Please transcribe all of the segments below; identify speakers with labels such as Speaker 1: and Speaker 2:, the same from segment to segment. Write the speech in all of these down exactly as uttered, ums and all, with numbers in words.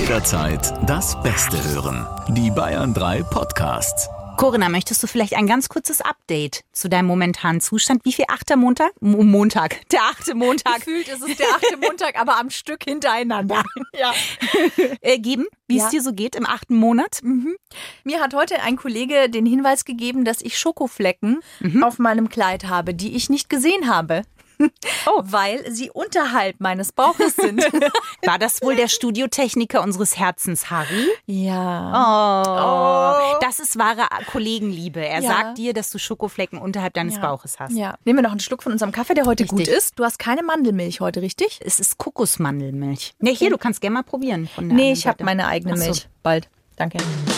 Speaker 1: Jederzeit das Beste hören. Die Bayern drei Podcasts.
Speaker 2: Corinna, möchtest du vielleicht ein ganz kurzes Update zu deinem momentanen Zustand? Wie viel achter Montag? Mo- Montag. Der achte Montag.
Speaker 3: Gefühlt ist es der achte Montag, aber am Stück hintereinander. Ja.
Speaker 2: Äh, geben, wie
Speaker 3: Ja.
Speaker 2: es dir so geht im achten Monat?
Speaker 3: Mhm. Mir hat heute ein Kollege den Hinweis gegeben, dass ich Schokoflecken
Speaker 2: Mhm.
Speaker 3: auf meinem Kleid habe, die ich nicht gesehen habe. Oh. Weil sie unterhalb meines Bauches sind.
Speaker 2: War das wohl der Studiotechniker unseres Herzens, Harry?
Speaker 3: Ja.
Speaker 2: Oh. Das ist wahre Kollegenliebe. Er
Speaker 3: Ja.
Speaker 2: sagt dir, dass du Schokoflecken unterhalb deines
Speaker 3: Ja.
Speaker 2: Bauches hast.
Speaker 3: Ja. Nehmen wir noch einen Schluck von unserem Kaffee, der heute
Speaker 2: Richtig.
Speaker 3: gut ist. Du hast keine Mandelmilch heute, richtig?
Speaker 2: Es ist Kokosmandelmilch. Nee, hier, du kannst gerne mal probieren. Von der
Speaker 3: Nee,
Speaker 2: anderen
Speaker 3: ich habe
Speaker 2: Seite.
Speaker 3: meine eigene
Speaker 2: Ach so.
Speaker 3: Milch. Bald. Danke.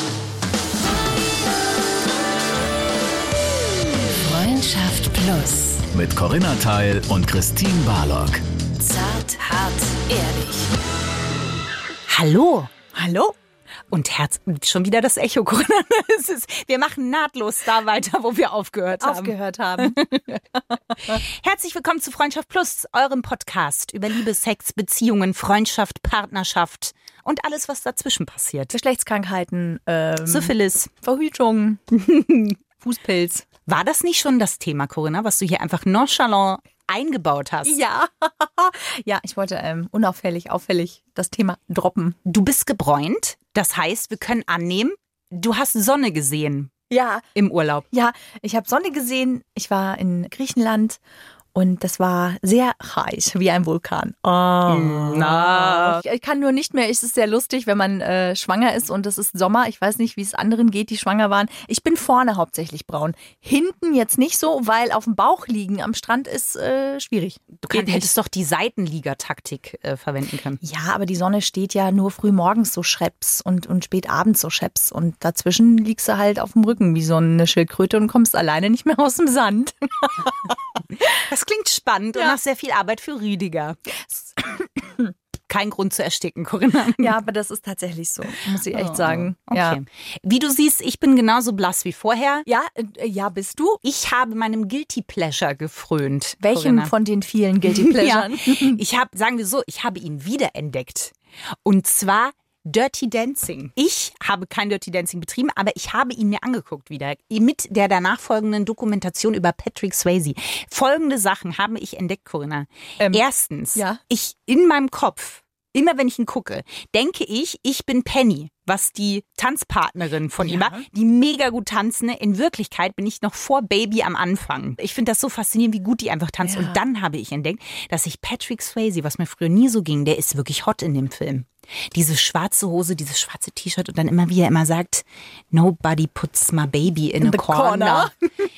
Speaker 4: Freundschaft Plus.
Speaker 1: Mit Corinna Teil und Christine Barlock.
Speaker 4: Zart, hart, ehrlich.
Speaker 2: Hallo.
Speaker 3: Hallo?
Speaker 2: Und Herz, schon wieder das Echo, Corinna. Es ist, wir machen nahtlos da weiter, wo wir aufgehört haben.
Speaker 3: Aufgehört haben.
Speaker 2: Herzlich willkommen zu Freundschaft Plus, eurem Podcast über Liebe, Sex, Beziehungen, Freundschaft, Partnerschaft und alles, was dazwischen passiert.
Speaker 3: Geschlechtskrankheiten, ähm,
Speaker 2: Syphilis.
Speaker 3: Verhütung, Fußpilz.
Speaker 2: War das nicht schon das Thema, Corinna, was du hier einfach nonchalant eingebaut hast?
Speaker 3: Ja. Ja, ich wollte ähm, unauffällig, auffällig das Thema droppen.
Speaker 2: Du bist gebräunt, das heißt, wir können annehmen, du hast Sonne gesehen
Speaker 3: Ja.
Speaker 2: im Urlaub.
Speaker 3: Ja, ich habe Sonne gesehen. Ich war in Griechenland und das war sehr heiß, wie ein Vulkan. Oh.
Speaker 2: Na.
Speaker 3: Ich, ich kann nur nicht mehr, es ist sehr lustig, wenn man äh, schwanger ist und es ist Sommer. Ich weiß nicht, wie es anderen geht, die schwanger waren. Ich bin vorne hauptsächlich braun. Hinten jetzt nicht so, weil auf dem Bauch liegen am Strand ist äh, schwierig.
Speaker 2: Du kann, hättest doch die Seitenlieger-Taktik äh, verwenden können.
Speaker 3: Ja, aber die Sonne steht ja nur früh morgens so scheps und, und spät abends so scheps. Und dazwischen liegst du halt auf dem Rücken wie so eine Schildkröte und kommst alleine nicht mehr aus dem Sand.
Speaker 2: Das klingt spannend und
Speaker 3: Ja.
Speaker 2: nach sehr viel Arbeit für Rüdiger. Kein Grund zu ersticken, Corinna.
Speaker 3: Ja, aber das ist tatsächlich so, muss ich echt
Speaker 2: Oh,
Speaker 3: sagen.
Speaker 2: Okay.
Speaker 3: Ja,
Speaker 2: Wie du siehst, ich bin genauso blass wie vorher.
Speaker 3: ja, äh, ja, bist du?
Speaker 2: Ich habe meinem Guilty Pleasure gefrönt.
Speaker 3: Welchen
Speaker 2: Corinna.
Speaker 3: von den vielen Guilty Pleasuren?
Speaker 2: Ja. Ich habe, sagen wir so, ich habe ihn wiederentdeckt. Und zwar Dirty Dancing. Ich habe kein Dirty Dancing betrieben, aber ich habe ihn mir angeguckt wieder. Mit der danach folgenden Dokumentation über Patrick Swayze. Folgende Sachen habe ich entdeckt, Corinna.
Speaker 3: Ähm,
Speaker 2: Erstens,
Speaker 3: ja.
Speaker 2: ich in meinem Kopf, immer wenn ich ihn gucke, denke ich, ich bin Penny, was die Tanzpartnerin von ihm
Speaker 3: Ja.
Speaker 2: war, die mega gut tanzen. In Wirklichkeit bin ich noch vor Baby am Anfang. Ich finde das so faszinierend, wie gut die einfach tanzt.
Speaker 3: Ja.
Speaker 2: Und dann habe ich entdeckt, dass ich Patrick Swayze, was mir früher nie so ging, der ist wirklich hot in dem Film. Diese schwarze Hose, dieses schwarze T-Shirt und dann immer, wie er immer sagt, nobody puts my baby in,
Speaker 3: In
Speaker 2: a
Speaker 3: the
Speaker 2: corner.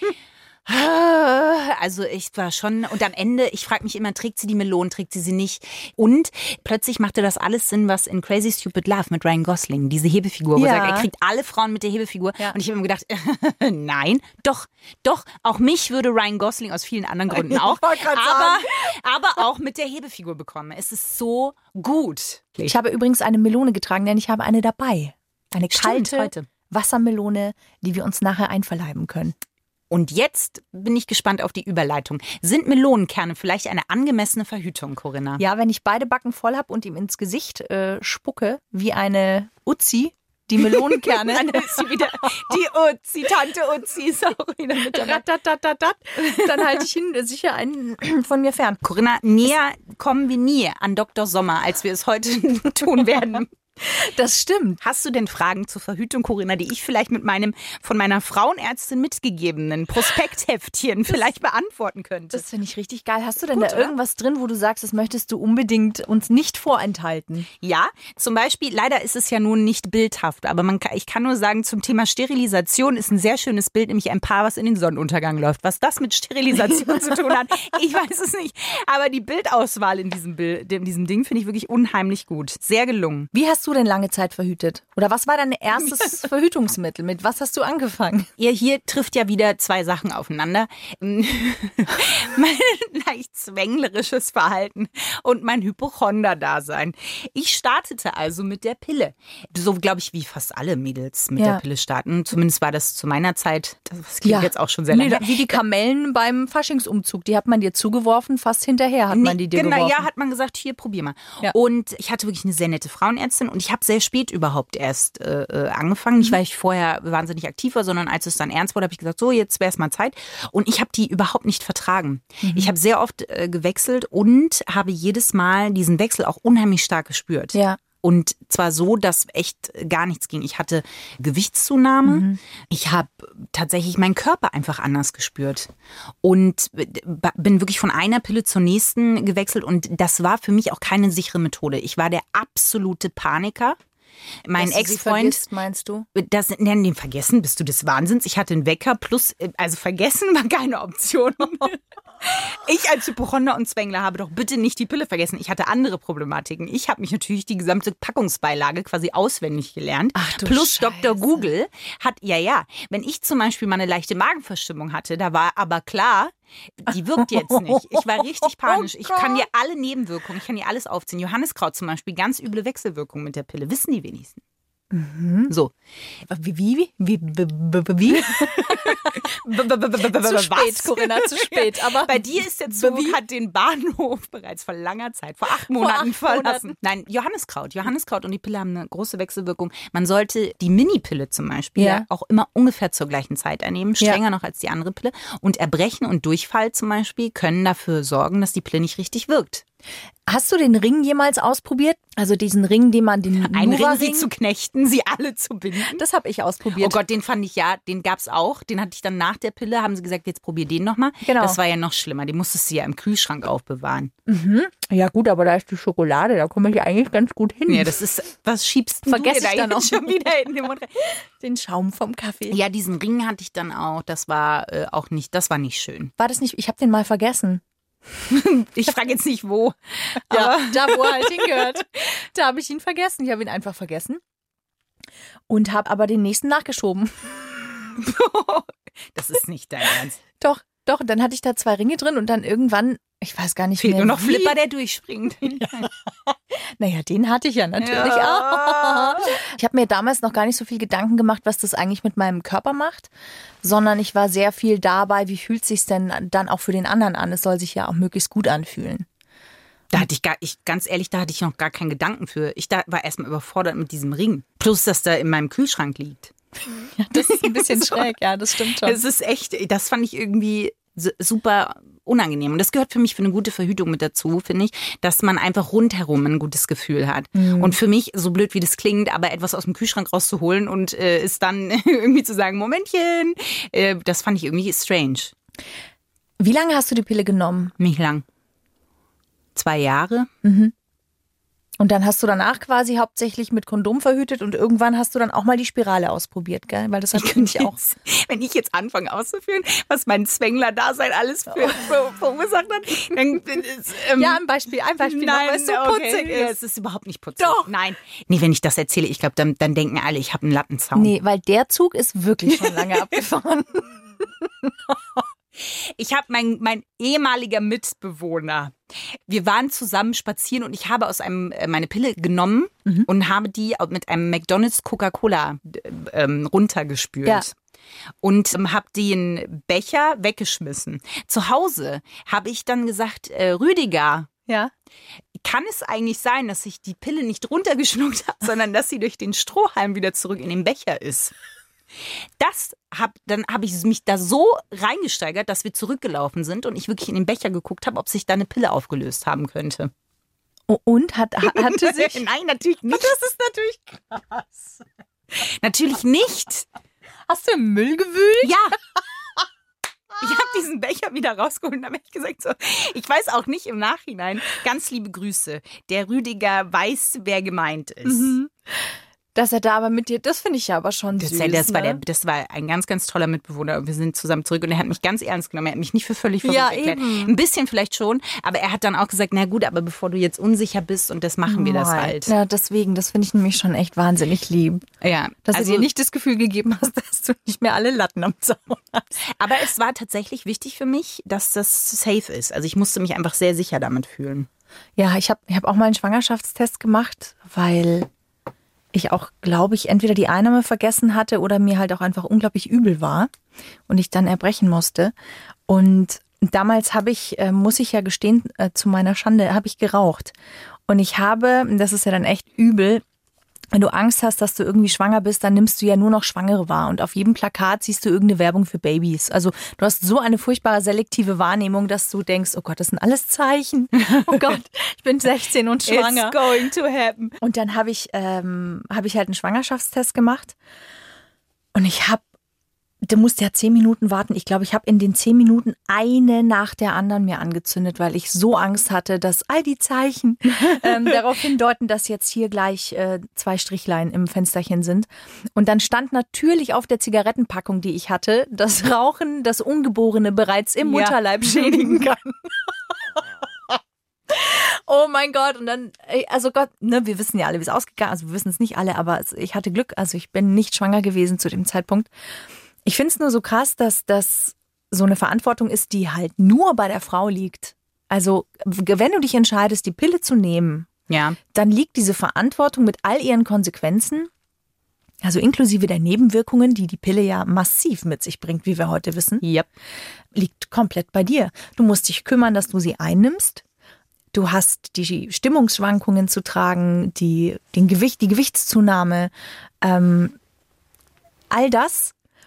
Speaker 2: Also ich war schon, und am Ende, ich frage mich immer, trägt sie die Melonen, trägt sie sie nicht? Und plötzlich machte das alles Sinn, was in Crazy Stupid Love mit Ryan Gosling, diese Hebefigur, wo
Speaker 3: Ja.
Speaker 2: er sagt, er kriegt alle Frauen mit der Hebefigur.
Speaker 3: Ja.
Speaker 2: Und ich habe immer gedacht, nein, doch, doch, auch mich würde Ryan Gosling aus vielen anderen Gründen auch,
Speaker 3: wollte grad
Speaker 2: aber, aber auch mit der Hebefigur bekommen. Es ist so gut.
Speaker 3: Ich habe übrigens eine Melone getragen, denn ich habe eine dabei. Eine
Speaker 2: Stimmt,
Speaker 3: kalte
Speaker 2: heute.
Speaker 3: Wassermelone, die wir uns nachher einverleiben können.
Speaker 2: Und jetzt bin ich gespannt auf die Überleitung. Sind Melonenkerne vielleicht eine angemessene Verhütung, Corinna?
Speaker 3: Ja, wenn ich beide Backen voll habe und ihm ins Gesicht äh, spucke, wie eine Uzi, die Melonenkerne.
Speaker 2: Dann ist sie wieder die Uzi, Tante Uzi ist auch wieder mit dabei.
Speaker 3: Ratatatatat. Dann halte ich ihn sicher einen von mir fern.
Speaker 2: Corinna, näher kommen wir nie an Doktor Sommer, als wir es heute tun werden.
Speaker 3: Das stimmt.
Speaker 2: Hast du denn Fragen zur Verhütung, Corinna, die ich vielleicht mit meinem von meiner Frauenärztin mitgegebenen Prospektheftchen vielleicht beantworten könnte?
Speaker 3: Das finde ich richtig geil. Hast du denn
Speaker 2: Gut,
Speaker 3: da
Speaker 2: oder?
Speaker 3: irgendwas drin, wo du sagst, das möchtest du unbedingt uns nicht vorenthalten?
Speaker 2: Ja, zum Beispiel, leider ist es ja nun nicht bildhaft, aber man kann, ich kann nur sagen, zum Thema Sterilisation ist ein sehr schönes Bild, nämlich ein Paar, was in den Sonnenuntergang läuft. Was das mit Sterilisation zu tun hat, ich weiß es nicht. Aber die Bildauswahl in diesem, Bild, in diesem Ding finde ich wirklich unheimlich gut. Sehr gelungen.
Speaker 3: Wie hast du denn lange Zeit verhütet? Oder was war dein erstes Verhütungsmittel? Mit was hast du angefangen?
Speaker 2: Ihr hier trifft ja wieder zwei Sachen aufeinander. mein leicht zwänglerisches Verhalten und mein Hypochonder-Dasein. Ich startete also mit der Pille. So, glaube ich, wie fast alle Mädels mit
Speaker 3: Ja.
Speaker 2: der Pille starten. Zumindest war das zu meiner Zeit. Das klingt
Speaker 3: Ja.
Speaker 2: jetzt auch schon sehr
Speaker 3: Nee,
Speaker 2: lange.
Speaker 3: da- wie die Kamellen beim Faschingsumzug. Die hat man dir zugeworfen, fast hinterher hat man die dir
Speaker 2: genau,
Speaker 3: geworfen.
Speaker 2: ja, hat man gesagt, hier, probier mal.
Speaker 3: Ja.
Speaker 2: Und ich hatte wirklich eine sehr nette Frauenärztin und ich habe sehr spät überhaupt erst äh, angefangen. Nicht, weil ich vorher wahnsinnig aktiv war, sondern als es dann ernst wurde, habe ich gesagt, so, jetzt wäre es mal Zeit. Und ich habe die überhaupt nicht vertragen. Mhm. Ich habe sehr oft äh, gewechselt und habe jedes Mal diesen Wechsel auch unheimlich stark gespürt.
Speaker 3: Ja.
Speaker 2: Und zwar so, dass echt gar nichts ging. Ich hatte Gewichtszunahme. Mhm. Ich habe tatsächlich meinen Körper einfach anders gespürt. Und bin wirklich von einer Pille zur nächsten gewechselt. Und das war für mich auch keine sichere Methode. Ich war der absolute Paniker. Mein
Speaker 3: Dass
Speaker 2: Ex-Freund,
Speaker 3: du sie vergisst, meinst du?
Speaker 2: Das nennen den vergessen, bist du des Wahnsinns. Ich hatte einen Wecker plus, also vergessen war keine Option. Ich als Hypochonder und Zwängler habe doch bitte nicht die Pille vergessen. Ich hatte andere Problematiken. Ich habe mich natürlich die gesamte Packungsbeilage quasi auswendig gelernt.
Speaker 3: Ach du
Speaker 2: plus
Speaker 3: Scheiße.
Speaker 2: Doktor Google hat, ja, ja, wenn ich zum Beispiel mal eine leichte Magenverstimmung hatte, da war aber klar, die wirkt jetzt nicht. Ich war richtig panisch. Ich kann dir alle Nebenwirkungen, ich kann dir alles aufziehen. Johanniskraut zum Beispiel, ganz üble Wechselwirkungen mit der Pille, wissen die wenigsten. Mhm. So.
Speaker 3: Wie? Wie? Wie? Wie? Zu spät, Corinna, zu spät. Aber
Speaker 2: bei dir ist der Zug, hat den Bahnhof bereits vor langer Zeit, vor acht Monaten vor acht verlassen. Monaten. Nein, Johanniskraut. Johanniskraut und die Pille haben eine große Wechselwirkung. Man sollte die Mini-Pille zum Beispiel ja. auch immer ungefähr zur gleichen Zeit einnehmen, strenger ja. noch als die andere Pille. Und Erbrechen und Durchfall zum Beispiel können dafür sorgen, dass die Pille nicht richtig wirkt.
Speaker 3: Hast du den Ring jemals ausprobiert? Also diesen Ring, den man den
Speaker 2: Ein Ring, sie zu knechten, sie alle zu binden.
Speaker 3: Das habe ich ausprobiert.
Speaker 2: Oh Gott, den fand ich ja, den gab's auch. Den hatte ich dann nach der Pille, haben sie gesagt, jetzt probier den nochmal.
Speaker 3: Genau.
Speaker 2: Das war ja noch schlimmer. Den musstest du ja im Kühlschrank aufbewahren.
Speaker 3: Mhm. Ja gut, aber da ist die Schokolade, da komme ich ja eigentlich ganz gut hin.
Speaker 2: Ja, das ist, was schiebst du
Speaker 3: Vergesse
Speaker 2: dir
Speaker 3: ich
Speaker 2: da
Speaker 3: dann auch
Speaker 2: schon wieder in den Mund rein?
Speaker 3: Den Schaum vom Kaffee.
Speaker 2: Ja, diesen Ring hatte ich dann auch. Das war äh, auch nicht, das war nicht schön.
Speaker 3: War das nicht, ich habe den mal vergessen.
Speaker 2: Ich frage jetzt nicht wo.
Speaker 3: Ja, da wo er halt hingehört. Da habe ich ihn vergessen. Ich habe ihn einfach vergessen. Und habe aber den nächsten nachgeschoben.
Speaker 2: Das ist nicht dein Ernst.
Speaker 3: Doch, doch. Und dann hatte ich da zwei Ringe drin und dann irgendwann, ich weiß gar nicht
Speaker 2: Fehlt
Speaker 3: mehr
Speaker 2: nur noch
Speaker 3: wie.
Speaker 2: Flipper, der durchspringt.
Speaker 3: Naja, den hatte ich ja natürlich
Speaker 2: ja.
Speaker 3: auch. Ich habe mir damals noch gar nicht so viel Gedanken gemacht, was das eigentlich mit meinem Körper macht, sondern ich war sehr viel dabei, wie fühlt es sich denn dann auch für den anderen an? Es soll sich ja auch möglichst gut anfühlen.
Speaker 2: Da hatte ich gar, ich, ganz ehrlich, da hatte ich noch gar keinen Gedanken für. Ich da war erstmal überfordert mit diesem Ring. Plus, dass der in meinem Kühlschrank liegt.
Speaker 3: Ja, das ist ein bisschen schräg, ja, das stimmt schon.
Speaker 2: Es ist echt, das fand ich irgendwie super unangenehm. Und das gehört für mich für eine gute Verhütung mit dazu, finde ich, dass man einfach rundherum ein gutes Gefühl hat. Mhm. Und für mich, so blöd wie das klingt, aber etwas aus dem Kühlschrank rauszuholen und äh, es dann irgendwie zu sagen, Momentchen, äh, das fand ich irgendwie strange.
Speaker 3: Wie lange hast du die Pille genommen?
Speaker 2: Nicht lang. Zwei Jahre.
Speaker 3: Mhm. Und dann hast du danach quasi hauptsächlich mit Kondom verhütet und irgendwann hast du dann auch mal die Spirale ausprobiert, gell? Weil das hat ich mich auch.
Speaker 2: Wenn ich jetzt anfange auszuführen, was mein Zwängler-Dasein alles für, für verursacht hat, dann ist, ähm,
Speaker 3: ja, ein Beispiel, ein Beispiel,
Speaker 2: nein,
Speaker 3: weil es so
Speaker 2: okay.
Speaker 3: putzig ist.
Speaker 2: Ja, es ist überhaupt nicht putzig.
Speaker 3: Doch.
Speaker 2: Nein. Nee, wenn ich das erzähle, ich glaube, dann, dann denken alle, ich habe einen Lattenzaun.
Speaker 3: Nee, weil der Zug ist wirklich schon lange abgefahren.
Speaker 2: Ich habe mein, mein ehemaliger Mitbewohner, wir waren zusammen spazieren und ich habe aus einem äh, meine Pille genommen mhm. und habe die mit einem McDonald's Coca-Cola ähm, runtergespült. Ja. Und ähm, habe den Becher weggeschmissen. Zu Hause habe ich dann gesagt, äh, Rüdiger,
Speaker 3: ja.
Speaker 2: kann es eigentlich sein, dass ich die Pille nicht runtergeschluckt habe, sondern dass sie durch den Strohhalm wieder zurück in den Becher ist? Das hab, dann habe ich mich da so reingesteigert, dass wir zurückgelaufen sind und ich wirklich in den Becher geguckt habe, ob sich da eine Pille aufgelöst haben könnte.
Speaker 3: Oh, und? Hat, hatte sich?
Speaker 2: Nein, natürlich nicht.
Speaker 3: Das ist natürlich krass.
Speaker 2: Natürlich nicht.
Speaker 3: Hast du im Müll gewühlt?
Speaker 2: Ja. Ich habe diesen Becher wieder rausgeholt und habe echt gesagt, so, ich weiß auch nicht im Nachhinein, ganz liebe Grüße, der Rüdiger weiß, wer gemeint ist.
Speaker 3: Mhm. Dass er da aber mit dir, das finde ich ja aber schon
Speaker 2: das,
Speaker 3: süß.
Speaker 2: Das,
Speaker 3: ne?
Speaker 2: war der, das war ein ganz, ganz toller Mitbewohner und wir sind zusammen zurück und er hat mich ganz ernst genommen. Er hat mich nicht für völlig verrückt
Speaker 3: ja,
Speaker 2: erklärt.
Speaker 3: Eben.
Speaker 2: Ein bisschen vielleicht schon, aber er hat dann auch gesagt, na gut, aber bevor du jetzt unsicher bist und das machen wir das halt.
Speaker 3: Ja, deswegen, das finde ich nämlich schon echt wahnsinnig lieb.
Speaker 2: Ja.
Speaker 3: Dass
Speaker 2: also,
Speaker 3: du dir nicht das Gefühl gegeben hast, dass du nicht mehr alle Latten am Zaun hast.
Speaker 2: Aber es war tatsächlich wichtig für mich, dass das safe ist. Also ich musste mich einfach sehr sicher damit fühlen.
Speaker 3: Ja, ich habe ich hab auch mal einen Schwangerschaftstest gemacht, weil ich auch, glaube ich, entweder die Einnahme vergessen hatte oder mir halt auch einfach unglaublich übel war und ich dann erbrechen musste. Und damals habe ich, äh, muss ich ja gestehen, äh, zu meiner Schande, habe ich geraucht. Und ich habe, das ist ja dann echt übel, wenn du Angst hast, dass du irgendwie schwanger bist, dann nimmst du ja nur noch Schwangere wahr. Und auf jedem Plakat siehst du irgendeine Werbung für Babys. Also du hast so eine furchtbare selektive Wahrnehmung, dass du denkst, oh Gott, das sind alles Zeichen. Oh Gott, ich bin sechzehn und schwanger.
Speaker 2: It's going to happen.
Speaker 3: Und dann habe ich, ähm, hab ich halt einen Schwangerschaftstest gemacht. Und ich habe, du musst ja zehn Minuten warten. Ich glaube, ich habe in den zehn Minuten eine nach der anderen mir angezündet, weil ich so Angst hatte, dass all die Zeichen ähm, darauf hindeuten, dass jetzt hier gleich äh, zwei Strichlein im Fensterchen sind. Und dann stand natürlich auf der Zigarettenpackung, die ich hatte, dass Rauchen das Ungeborene bereits im
Speaker 2: Ja.
Speaker 3: Mutterleib schädigen kann. Oh mein Gott, und dann, also Gott, ne, wir wissen ja alle, wie es ausgegangen ist, also wir wissen es nicht alle, aber ich hatte Glück, also ich bin nicht schwanger gewesen zu dem Zeitpunkt. Ich finde es nur so krass, dass das so eine Verantwortung ist, die halt nur bei der Frau liegt. Also wenn du dich entscheidest, die Pille zu nehmen,
Speaker 2: Ja.
Speaker 3: dann liegt diese Verantwortung mit all ihren Konsequenzen, also inklusive der Nebenwirkungen, die die Pille ja massiv mit sich bringt, wie wir heute wissen,
Speaker 2: Yep.
Speaker 3: liegt komplett bei dir. Du musst dich kümmern, dass du sie einnimmst. Du hast die Stimmungsschwankungen zu tragen, die, den Gewicht, die Gewichtszunahme, ähm, all das.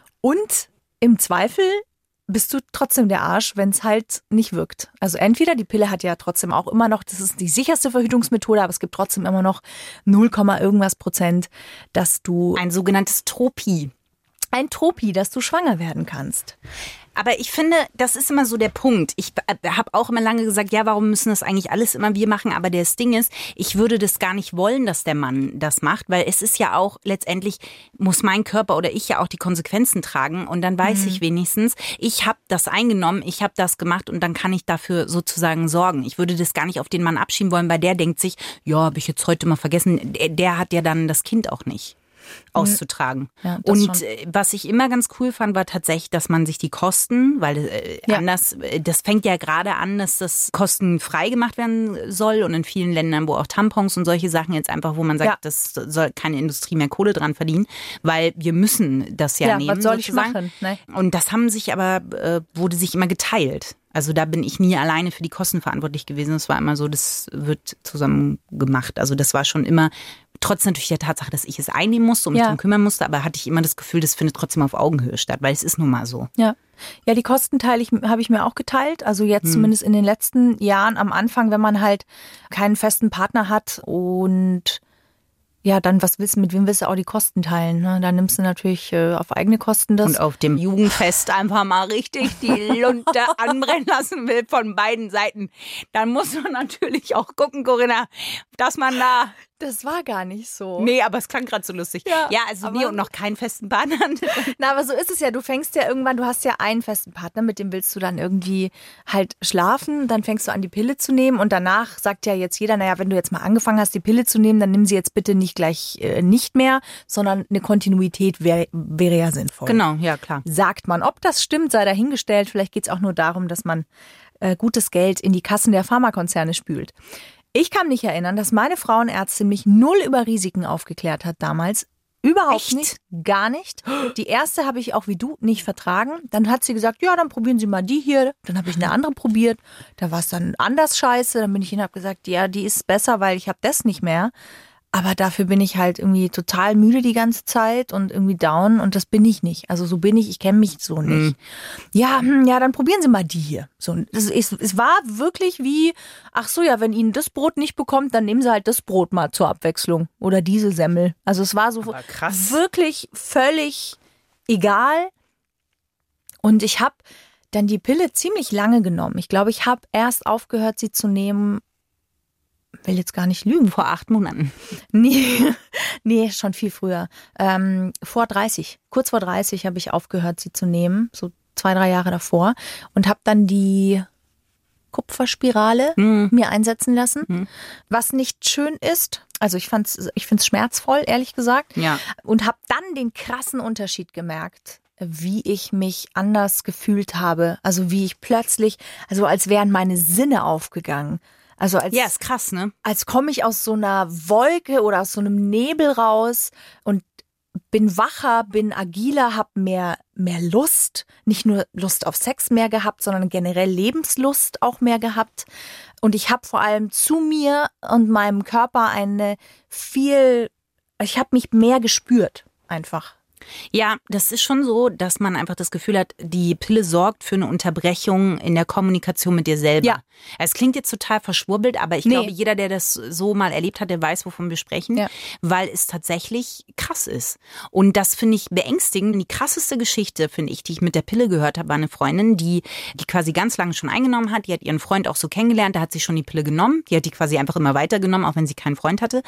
Speaker 3: Und im Zweifel bist du trotzdem der Arsch, wenn es halt nicht wirkt. Also entweder die Pille hat ja trotzdem auch immer noch, das ist die sicherste Verhütungsmethode, aber es gibt trotzdem immer noch null, irgendwas Prozent, dass du
Speaker 2: Ein sogenanntes Tropie.
Speaker 3: ein Tropi, dass du schwanger werden kannst.
Speaker 2: Aber ich finde, das ist immer so der Punkt. Ich habe auch immer lange gesagt, ja, warum müssen das eigentlich alles immer wir machen? Aber das Ding ist, ich würde das gar nicht wollen, dass der Mann das macht, weil es ist ja auch, letztendlich muss mein Körper oder ich ja auch die Konsequenzen tragen und dann weiß mhm. ich wenigstens, ich habe das eingenommen, ich habe das gemacht und dann kann ich dafür sozusagen sorgen. Ich würde das gar nicht auf den Mann abschieben wollen, weil der denkt sich, ja, habe ich jetzt heute mal vergessen, der, der hat ja dann das Kind auch nicht auszutragen.
Speaker 3: Ja, das
Speaker 2: und
Speaker 3: schon.
Speaker 2: was ich immer ganz cool fand, war tatsächlich, dass man sich die Kosten, weil äh,
Speaker 3: Ja.
Speaker 2: anders, das fängt ja gerade an, dass das kostenfrei gemacht werden soll und in vielen Ländern, wo auch Tampons und solche Sachen jetzt einfach, wo man sagt,
Speaker 3: Ja.
Speaker 2: das soll keine Industrie mehr Kohle dran verdienen, weil wir müssen das ja,
Speaker 3: Ja,
Speaker 2: nehmen.
Speaker 3: was soll ich
Speaker 2: sozusagen.
Speaker 3: machen? Ne?
Speaker 2: Und das haben sich aber, äh, wurde sich immer geteilt. Also da bin ich nie alleine für die Kosten verantwortlich gewesen. Es war immer so, das wird zusammen gemacht. Also das war schon immer, trotz natürlich der Tatsache, dass ich es einnehmen musste und mich
Speaker 3: Ja.
Speaker 2: darum kümmern musste, aber hatte ich immer das Gefühl, das findet trotzdem auf Augenhöhe statt, weil es ist nun mal so.
Speaker 3: Ja. Ja, die Kosten teile ich, habe ich mir auch geteilt. Also jetzt
Speaker 2: Hm.
Speaker 3: zumindest in den letzten Jahren am Anfang, wenn man halt keinen festen Partner hat und ja, dann was willst du, mit wem willst du auch die Kosten teilen? Ne? Dann nimmst du natürlich äh, auf eigene Kosten das.
Speaker 2: Und auf dem Jugendfest einfach mal richtig die Lunte anbrennen lassen will von beiden Seiten. Dann muss man natürlich auch gucken, Corinna, dass man da...
Speaker 3: Das war gar nicht so.
Speaker 2: Nee, aber es klang gerade so lustig.
Speaker 3: Ja,
Speaker 2: Ja, also
Speaker 3: aber-
Speaker 2: nee, und noch keinen festen Partner.
Speaker 3: Na, aber so ist es ja. Du fängst ja irgendwann, du hast ja einen festen Partner, mit dem willst du dann irgendwie halt schlafen. Dann fängst du an, die Pille zu nehmen. Und danach sagt ja jetzt jeder, naja, wenn du jetzt mal angefangen hast, die Pille zu nehmen, dann nimm sie jetzt bitte nicht gleich äh, nicht mehr, sondern eine Kontinuität wär, wäre ja sinnvoll.
Speaker 2: Genau, ja klar.
Speaker 3: Sagt man. Ob das stimmt, sei dahingestellt. Vielleicht geht es auch nur darum, dass man äh, gutes Geld in die Kassen der Pharmakonzerne spült. Ich kann mich erinnern, dass meine Frauenärztin mich null über Risiken aufgeklärt hat damals. Überhaupt
Speaker 2: Echt?
Speaker 3: nicht, gar nicht. Die erste habe ich auch wie du nicht vertragen. Dann hat sie gesagt, ja, dann probieren Sie mal die hier. Dann habe ich eine andere probiert. Da war es dann anders scheiße. Dann bin ich hin und habe gesagt, ja, die ist besser, weil ich habe das nicht mehr. Aber dafür bin ich halt irgendwie total müde die ganze Zeit und irgendwie down und das bin ich nicht. Also so bin ich, ich kenne mich so nicht. Ja, hm, ja, dann probieren Sie mal die hier. So, das ist, es war wirklich wie, ach so, ja, wenn Ihnen das Brot nicht bekommt, dann nehmen Sie halt das Brot mal zur Abwechslung oder diese Semmel. Also es war so
Speaker 2: Aber krass.
Speaker 3: wirklich völlig egal. Und ich habe dann die Pille ziemlich lange genommen. Ich glaube, ich habe erst aufgehört, sie zu nehmen, will jetzt gar nicht lügen,
Speaker 2: Vor acht Monaten.
Speaker 3: Nee, nee, schon viel früher. Ähm, vor dreißig, kurz vor dreißig habe ich aufgehört, sie zu nehmen, so zwei, drei Jahre davor. Und habe dann die Kupferspirale
Speaker 2: Mhm.
Speaker 3: mir einsetzen lassen,
Speaker 2: Mhm.
Speaker 3: was nicht schön ist. Also ich fand's, ich find's schmerzvoll, ehrlich gesagt.
Speaker 2: Ja.
Speaker 3: Und habe dann den krassen Unterschied gemerkt, wie ich mich anders gefühlt habe. Also wie ich plötzlich, also als wären meine Sinne aufgegangen. Also als,
Speaker 2: Ja, ist krass, ne?
Speaker 3: als komme ich aus so einer Wolke oder aus so einem Nebel raus und bin wacher, bin agiler, habe mehr, mehr Lust. Nicht nur Lust auf Sex mehr gehabt, sondern generell Lebenslust auch mehr gehabt. Und ich habe vor allem zu mir und meinem Körper eine viel ich habe mich mehr gespürt einfach.
Speaker 2: Ja, das ist schon so, dass man einfach das Gefühl hat, die Pille sorgt für eine Unterbrechung in der Kommunikation mit dir selber.
Speaker 3: Ja.
Speaker 2: Es klingt jetzt total verschwurbelt, aber ich
Speaker 3: Nee.
Speaker 2: glaube, jeder, der das so mal erlebt hat, der weiß, wovon wir sprechen,
Speaker 3: Ja.
Speaker 2: weil es tatsächlich krass ist. Und das finde ich beängstigend. Die krasseste Geschichte, finde ich, die ich mit der Pille gehört habe, war eine Freundin, die die quasi ganz lange schon eingenommen hat. Die hat ihren Freund auch so kennengelernt, da hat sie schon die Pille genommen. Die hat die quasi einfach immer weitergenommen, auch wenn sie keinen Freund hatte.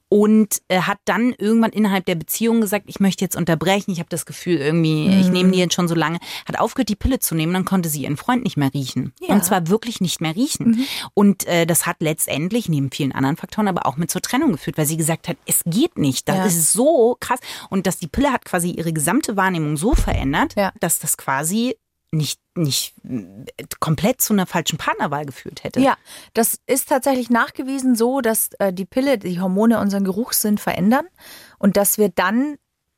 Speaker 2: Und äh, hat dann irgendwann innerhalb der Beziehung gesagt, ich möchte jetzt unterbrechen. Ich habe das Gefühl, irgendwie,
Speaker 3: Mhm.
Speaker 2: ich nehme die jetzt schon so lange. Hat aufgehört, die Pille zu nehmen, dann konnte sie ihren Freund nicht mehr riechen.
Speaker 3: Ja.
Speaker 2: Und zwar wirklich nicht mehr riechen.
Speaker 3: Mhm.
Speaker 2: Und äh, das hat letztendlich, neben vielen anderen Faktoren, aber auch mit zur Trennung geführt, weil sie gesagt hat, es geht nicht. Das
Speaker 3: Ja.
Speaker 2: ist so krass. Und dass die Pille hat quasi ihre gesamte Wahrnehmung so verändert,
Speaker 3: Ja.
Speaker 2: dass das quasi nicht, nicht äh, komplett zu einer falschen Partnerwahl geführt hätte.
Speaker 3: Ja, das ist tatsächlich nachgewiesen so, dass äh, die Pille, die Hormone unseren Geruchssinn verändern und dass wir dann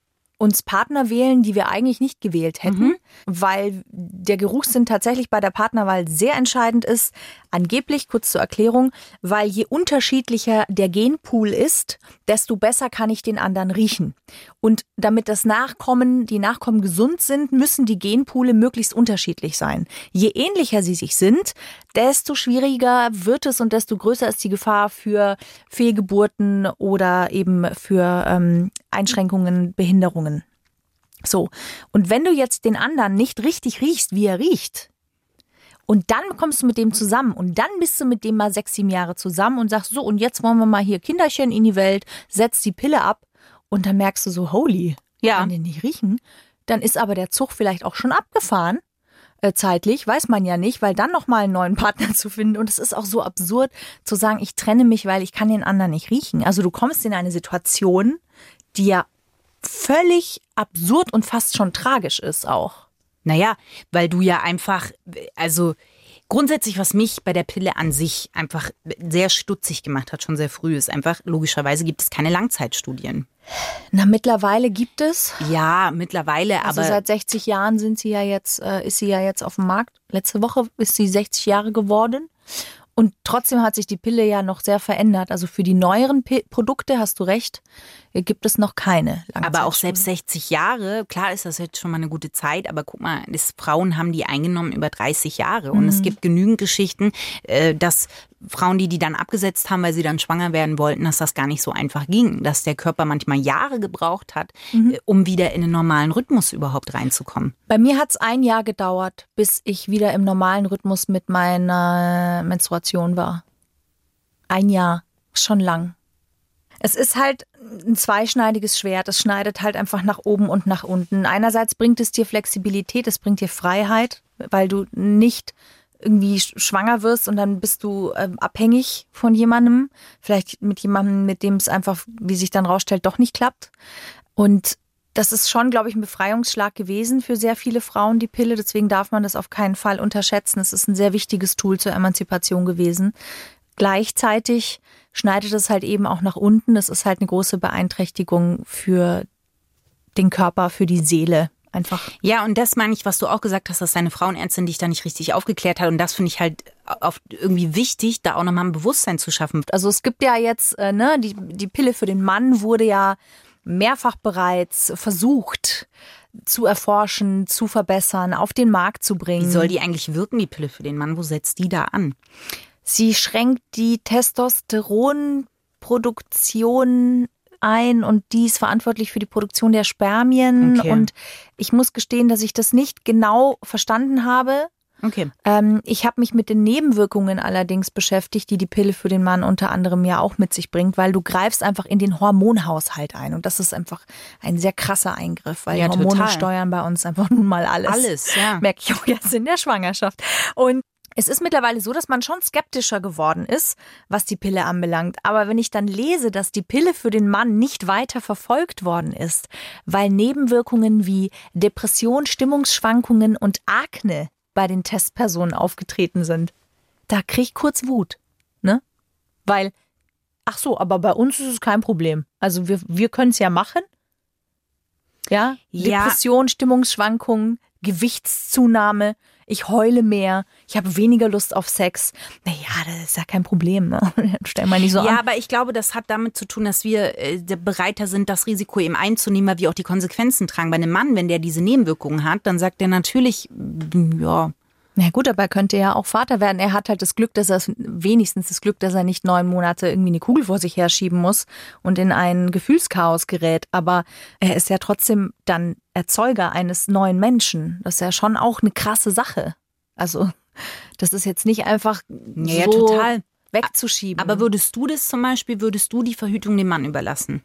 Speaker 3: uns Partner wählen, die wir eigentlich nicht gewählt hätten,
Speaker 2: Mhm.
Speaker 3: weil der Geruchssinn tatsächlich bei der Partnerwahl sehr entscheidend ist. Angeblich, kurz zur Erklärung, weil je unterschiedlicher der Genpool ist, desto besser kann ich den anderen riechen. Und damit das Nachkommen, die Nachkommen gesund sind, müssen die Genpoole möglichst unterschiedlich sein. Je ähnlicher sie sich sind, desto schwieriger wird es und desto größer ist die Gefahr für Fehlgeburten oder eben für ähm, Einschränkungen, Behinderungen. So, und wenn du jetzt den anderen nicht richtig riechst, wie er riecht, und dann kommst du mit dem zusammen und dann bist du mit dem mal sechs, sieben Jahre zusammen und sagst so, und jetzt wollen wir mal hier Kinderchen in die Welt, setzt die Pille ab und dann merkst du so, holy,
Speaker 2: Ja.
Speaker 3: kann den nicht riechen. Dann ist aber der Zug vielleicht auch schon abgefahren, äh, zeitlich, weiß man ja nicht, weil dann nochmal einen neuen Partner zu finden und es ist auch so absurd zu sagen, ich trenne mich, weil ich kann den anderen nicht riechen. Also du kommst in eine Situation, die ja völlig absurd und fast schon tragisch ist auch.
Speaker 2: Naja, weil du ja einfach, also grundsätzlich, was mich bei der Pille an sich einfach sehr stutzig gemacht hat, schon sehr früh, ist einfach, logischerweise gibt es keine Langzeitstudien.
Speaker 3: Na, mittlerweile gibt es.
Speaker 2: Ja, mittlerweile,
Speaker 3: Also
Speaker 2: aber
Speaker 3: seit sechzig Jahren sind sie ja jetzt, äh, ist sie ja jetzt auf dem Markt. Letzte Woche ist sie sechzig Jahre geworden. Und trotzdem hat sich die Pille ja noch sehr verändert. Also für die neueren P- Produkte, hast du recht, äh, gibt es noch keine Langzeitstudien.
Speaker 2: aber auch selbst sechzig Jahre, klar ist das jetzt schon mal eine gute Zeit, aber guck mal, das, Frauen haben die eingenommen über dreißig Jahre. Und es gibt genügend Geschichten, äh, dass Frauen, die die dann abgesetzt haben, weil sie dann schwanger werden wollten, dass das gar nicht so einfach ging. Dass der Körper manchmal Jahre gebraucht hat, äh, um wieder in einen normalen Rhythmus überhaupt reinzukommen.
Speaker 3: Bei mir hat es ein Jahr gedauert, bis ich wieder im normalen Rhythmus mit meiner Menstruation war. Ein Jahr, schon lang. Es ist halt ein zweischneidiges Schwert. Es schneidet halt einfach nach oben und nach unten. Einerseits bringt es dir Flexibilität, es bringt dir Freiheit, weil du nicht irgendwie sch- schwanger wirst und dann bist du ähm, abhängig von jemandem. Vielleicht mit jemandem, mit dem es einfach, wie sich dann rausstellt, doch nicht klappt. Und das ist schon, glaube ich, ein Befreiungsschlag gewesen für sehr viele Frauen, die Pille. Deswegen darf man das auf keinen Fall unterschätzen. Es ist ein sehr wichtiges Tool zur Emanzipation gewesen. Gleichzeitig schneidet es halt eben auch nach unten. Das ist halt eine große Beeinträchtigung für den Körper, für die Seele. Einfach.
Speaker 2: Ja, und das meine ich, was du auch gesagt hast, dass deine Frauenärztin dich da nicht richtig aufgeklärt hat. Und das finde ich halt auf irgendwie wichtig, da auch nochmal ein Bewusstsein zu schaffen.
Speaker 3: Also es gibt ja jetzt, äh, ne, die, die Pille für den Mann wurde ja mehrfach bereits versucht zu erforschen, zu verbessern, auf den Markt zu bringen.
Speaker 2: Wie soll die eigentlich wirken, die Pille für den Mann? Wo setzt die da an?
Speaker 3: Sie schränkt die Testosteronproduktion ein und die ist verantwortlich für die Produktion der Spermien.
Speaker 2: Okay.
Speaker 3: Und ich muss gestehen, dass ich das nicht genau verstanden habe.
Speaker 2: Okay.
Speaker 3: Ähm, ich habe mich mit den Nebenwirkungen allerdings beschäftigt, die die Pille für den Mann unter anderem ja auch mit sich bringt, weil du greifst einfach in den Hormonhaushalt ein und das ist einfach ein sehr krasser Eingriff, weil
Speaker 2: Ja,
Speaker 3: die Hormone
Speaker 2: total.
Speaker 3: steuern bei uns einfach nun mal alles.
Speaker 2: Alles, ja.
Speaker 3: Merke ich auch jetzt in der Schwangerschaft. Und es ist mittlerweile so, dass man schon skeptischer geworden ist, was die Pille anbelangt. Aber wenn ich dann lese, dass die Pille für den Mann nicht weiter verfolgt worden ist, weil Nebenwirkungen wie Depression, Stimmungsschwankungen und Akne bei den Testpersonen aufgetreten sind, da krieg ich kurz Wut. Ne? Weil, ach so, aber bei uns ist es kein Problem. Also wir, wir können es ja machen. Ja?
Speaker 2: Ja.
Speaker 3: Depression, Stimmungsschwankungen, Gewichtszunahme. ich heule mehr, ich habe weniger Lust auf Sex. Naja, das ist ja kein Problem. Ne? Stell mal nicht so
Speaker 2: ja,
Speaker 3: an.
Speaker 2: Ja, aber ich glaube, das hat damit zu tun, dass wir äh, bereiter sind, das Risiko eben einzunehmen, weil wir auch die Konsequenzen tragen. Bei einem Mann, wenn der diese Nebenwirkungen hat, dann sagt er natürlich, ja...
Speaker 3: Na gut, aber er könnte ja auch Vater werden. Er hat halt das Glück, dass er wenigstens das Glück, dass er nicht neun Monate irgendwie eine Kugel vor sich herschieben muss und in ein Gefühlschaos gerät. Aber er ist ja trotzdem dann Erzeuger eines neuen Menschen. Das ist ja schon auch eine krasse Sache. Also das ist jetzt nicht einfach
Speaker 2: ja,
Speaker 3: so
Speaker 2: total
Speaker 3: wegzuschieben.
Speaker 2: Aber würdest du das zum Beispiel, würdest du die Verhütung dem Mann überlassen?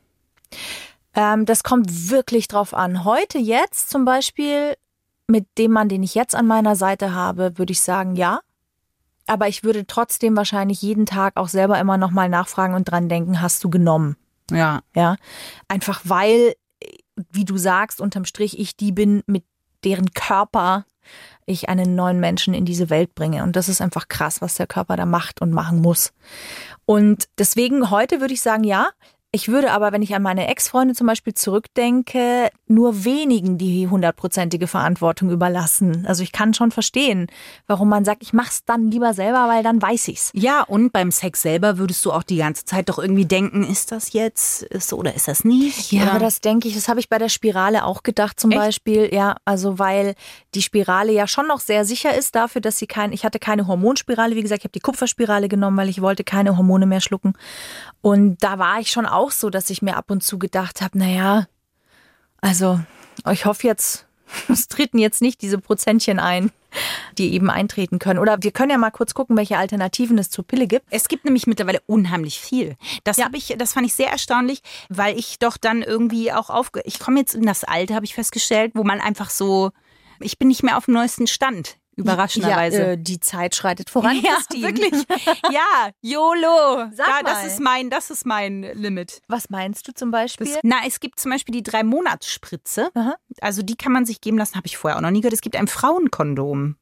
Speaker 3: Ähm, das kommt wirklich drauf an. Heute jetzt zum Beispiel... Mit dem Mann, den ich jetzt an meiner Seite habe, würde ich sagen, ja. Aber ich würde trotzdem wahrscheinlich jeden Tag auch selber immer noch mal nachfragen und dran denken, hast du genommen?
Speaker 2: Ja.
Speaker 3: Ja. Einfach weil, wie du sagst, unterm Strich ich die bin, mit deren Körper ich einen neuen Menschen in diese Welt bringe. Und das ist einfach krass, was der Körper da macht und machen muss. Und deswegen heute würde ich sagen, ja. Ich würde aber, wenn ich an meine Ex-Freunde zum Beispiel zurückdenke, nur wenigen die hundertprozentige Verantwortung überlassen. Also ich kann schon verstehen, warum man sagt, ich mach's dann lieber selber, weil dann weiß ich's.
Speaker 2: Ja, und beim Sex selber würdest du auch die ganze Zeit doch irgendwie denken, ist das jetzt ist oder ist das nicht?
Speaker 3: Ja,
Speaker 2: oder?
Speaker 3: aber das denke ich, das habe ich bei der Spirale auch gedacht zum
Speaker 2: Echt?
Speaker 3: Beispiel. Ja, also weil die Spirale ja schon noch sehr sicher ist dafür, dass sie kein, ich hatte keine Hormonspirale, wie gesagt, ich habe die Kupferspirale genommen, weil ich wollte keine Hormone mehr schlucken. Und da war ich schon auch so, dass ich mir ab und zu gedacht habe, naja, also ich hoffe jetzt, es treten jetzt nicht diese Prozentchen ein, die eben eintreten können. Oder wir können ja mal kurz gucken, welche Alternativen es zur Pille gibt.
Speaker 2: Es gibt nämlich mittlerweile unheimlich viel. Das
Speaker 3: Ja.
Speaker 2: habe ich, das fand ich sehr erstaunlich, weil ich doch dann irgendwie auch aufge... Ich komme jetzt in das Alter, habe ich festgestellt, wo man einfach so... Ich bin nicht mehr auf dem neuesten Stand. Überraschenderweise.
Speaker 3: Ja, äh, die Zeit schreitet voran,
Speaker 2: Ja,
Speaker 3: Christine.
Speaker 2: wirklich. Ja, YOLO.
Speaker 3: Sag
Speaker 2: da, das
Speaker 3: mal.
Speaker 2: ist mein, das ist mein Limit.
Speaker 3: Was meinst du zum Beispiel?
Speaker 2: Das, na, es gibt zum Beispiel die Drei-Monats-Spritze.
Speaker 3: Aha.
Speaker 2: Also die kann man sich geben lassen, habe ich vorher auch noch nie gehört. Es gibt ein Frauenkondom.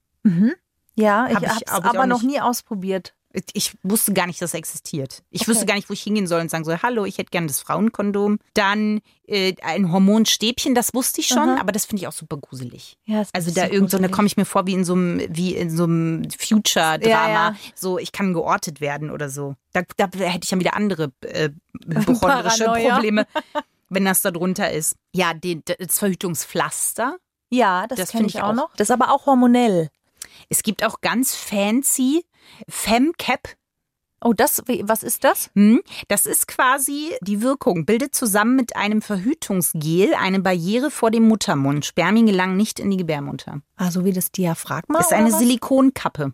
Speaker 3: Ja, ich
Speaker 2: Hab ich-
Speaker 3: habe es
Speaker 2: hab ich auch
Speaker 3: aber noch
Speaker 2: nicht.
Speaker 3: nie ausprobiert.
Speaker 2: Ich wusste gar nicht, dass es existiert. Ich
Speaker 3: Okay.
Speaker 2: wusste gar nicht, wo ich hingehen soll und sagen soll, hallo, ich hätte gerne das Frauenkondom. Dann äh, ein Hormonstäbchen, das wusste ich schon,
Speaker 3: Aha.
Speaker 2: aber das finde ich auch super gruselig.
Speaker 3: Ja, es
Speaker 2: Also
Speaker 3: ist
Speaker 2: da
Speaker 3: so
Speaker 2: irgend so, da
Speaker 3: gruselig.
Speaker 2: komme ich mir vor wie in so einem, wie in so einem Future-Drama.
Speaker 3: Ja, ja.
Speaker 2: So, ich kann geortet werden oder so. Da, da hätte ich dann wieder andere äh, hypochondrische
Speaker 3: Paranoia.
Speaker 2: Probleme, wenn das da drunter ist. Ja, die, das Verhütungspflaster.
Speaker 3: Ja, das,
Speaker 2: Das
Speaker 3: kenne
Speaker 2: finde
Speaker 3: ich
Speaker 2: ich
Speaker 3: auch
Speaker 2: auch.
Speaker 3: noch. Das ist aber auch hormonell.
Speaker 2: Es gibt auch ganz fancy Femcap.
Speaker 3: Oh, das, wie- was ist das?
Speaker 2: Hm, Das ist quasi die Wirkung. Bildet zusammen mit einem Verhütungsgel eine Barriere vor dem Muttermund. Spermien gelangen nicht in die Gebärmutter.
Speaker 3: Also wie das Diaphragma?
Speaker 2: Ist
Speaker 3: oder
Speaker 2: eine
Speaker 3: was?
Speaker 2: Silikonkappe.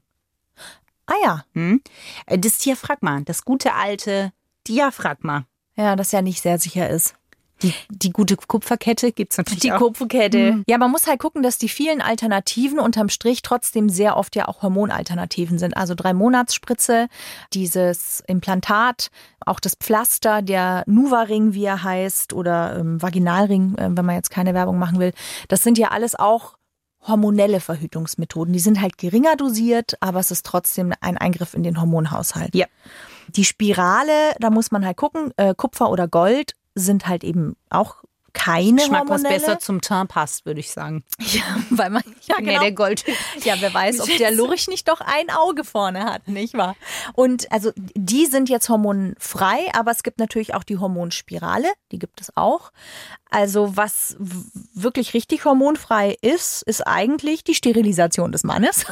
Speaker 3: Ah ja.
Speaker 2: Hm? Äh, Das Diaphragma, das gute alte Diaphragma.
Speaker 3: Ja, das ja nicht sehr sicher ist.
Speaker 2: Die, die gute Kupferkette gibt es natürlich
Speaker 3: Die
Speaker 2: auch.
Speaker 3: Kupferkette. Ja, man muss halt gucken, dass die vielen Alternativen unterm Strich trotzdem sehr oft ja auch Hormonalternativen sind. Also Drei-Monats-Spritze, dieses Implantat, auch das Pflaster, der Nuva-Ring, wie er heißt, oder ähm, Vaginalring, äh, wenn man jetzt keine Werbung machen will. Das sind ja alles auch hormonelle Verhütungsmethoden. Die sind halt geringer dosiert, aber es ist trotzdem ein Eingriff in den Hormonhaushalt.
Speaker 2: Ja.
Speaker 3: Die Spirale, da muss man halt gucken, äh, Kupfer oder Gold sind halt eben auch keine
Speaker 2: Geschmack, was
Speaker 3: hormonelle.
Speaker 2: besser zum Teint passt, würde ich sagen.
Speaker 3: Ja, weil man ja,
Speaker 2: bin ja der Gold.
Speaker 3: Ja, wer weiß, ob der Lurch nicht doch ein Auge vorne hat, nicht wahr? Und also die sind jetzt hormonfrei, aber es gibt natürlich auch die Hormonspirale, die gibt es auch. Also was w- wirklich richtig hormonfrei ist, ist eigentlich die Sterilisation des Mannes,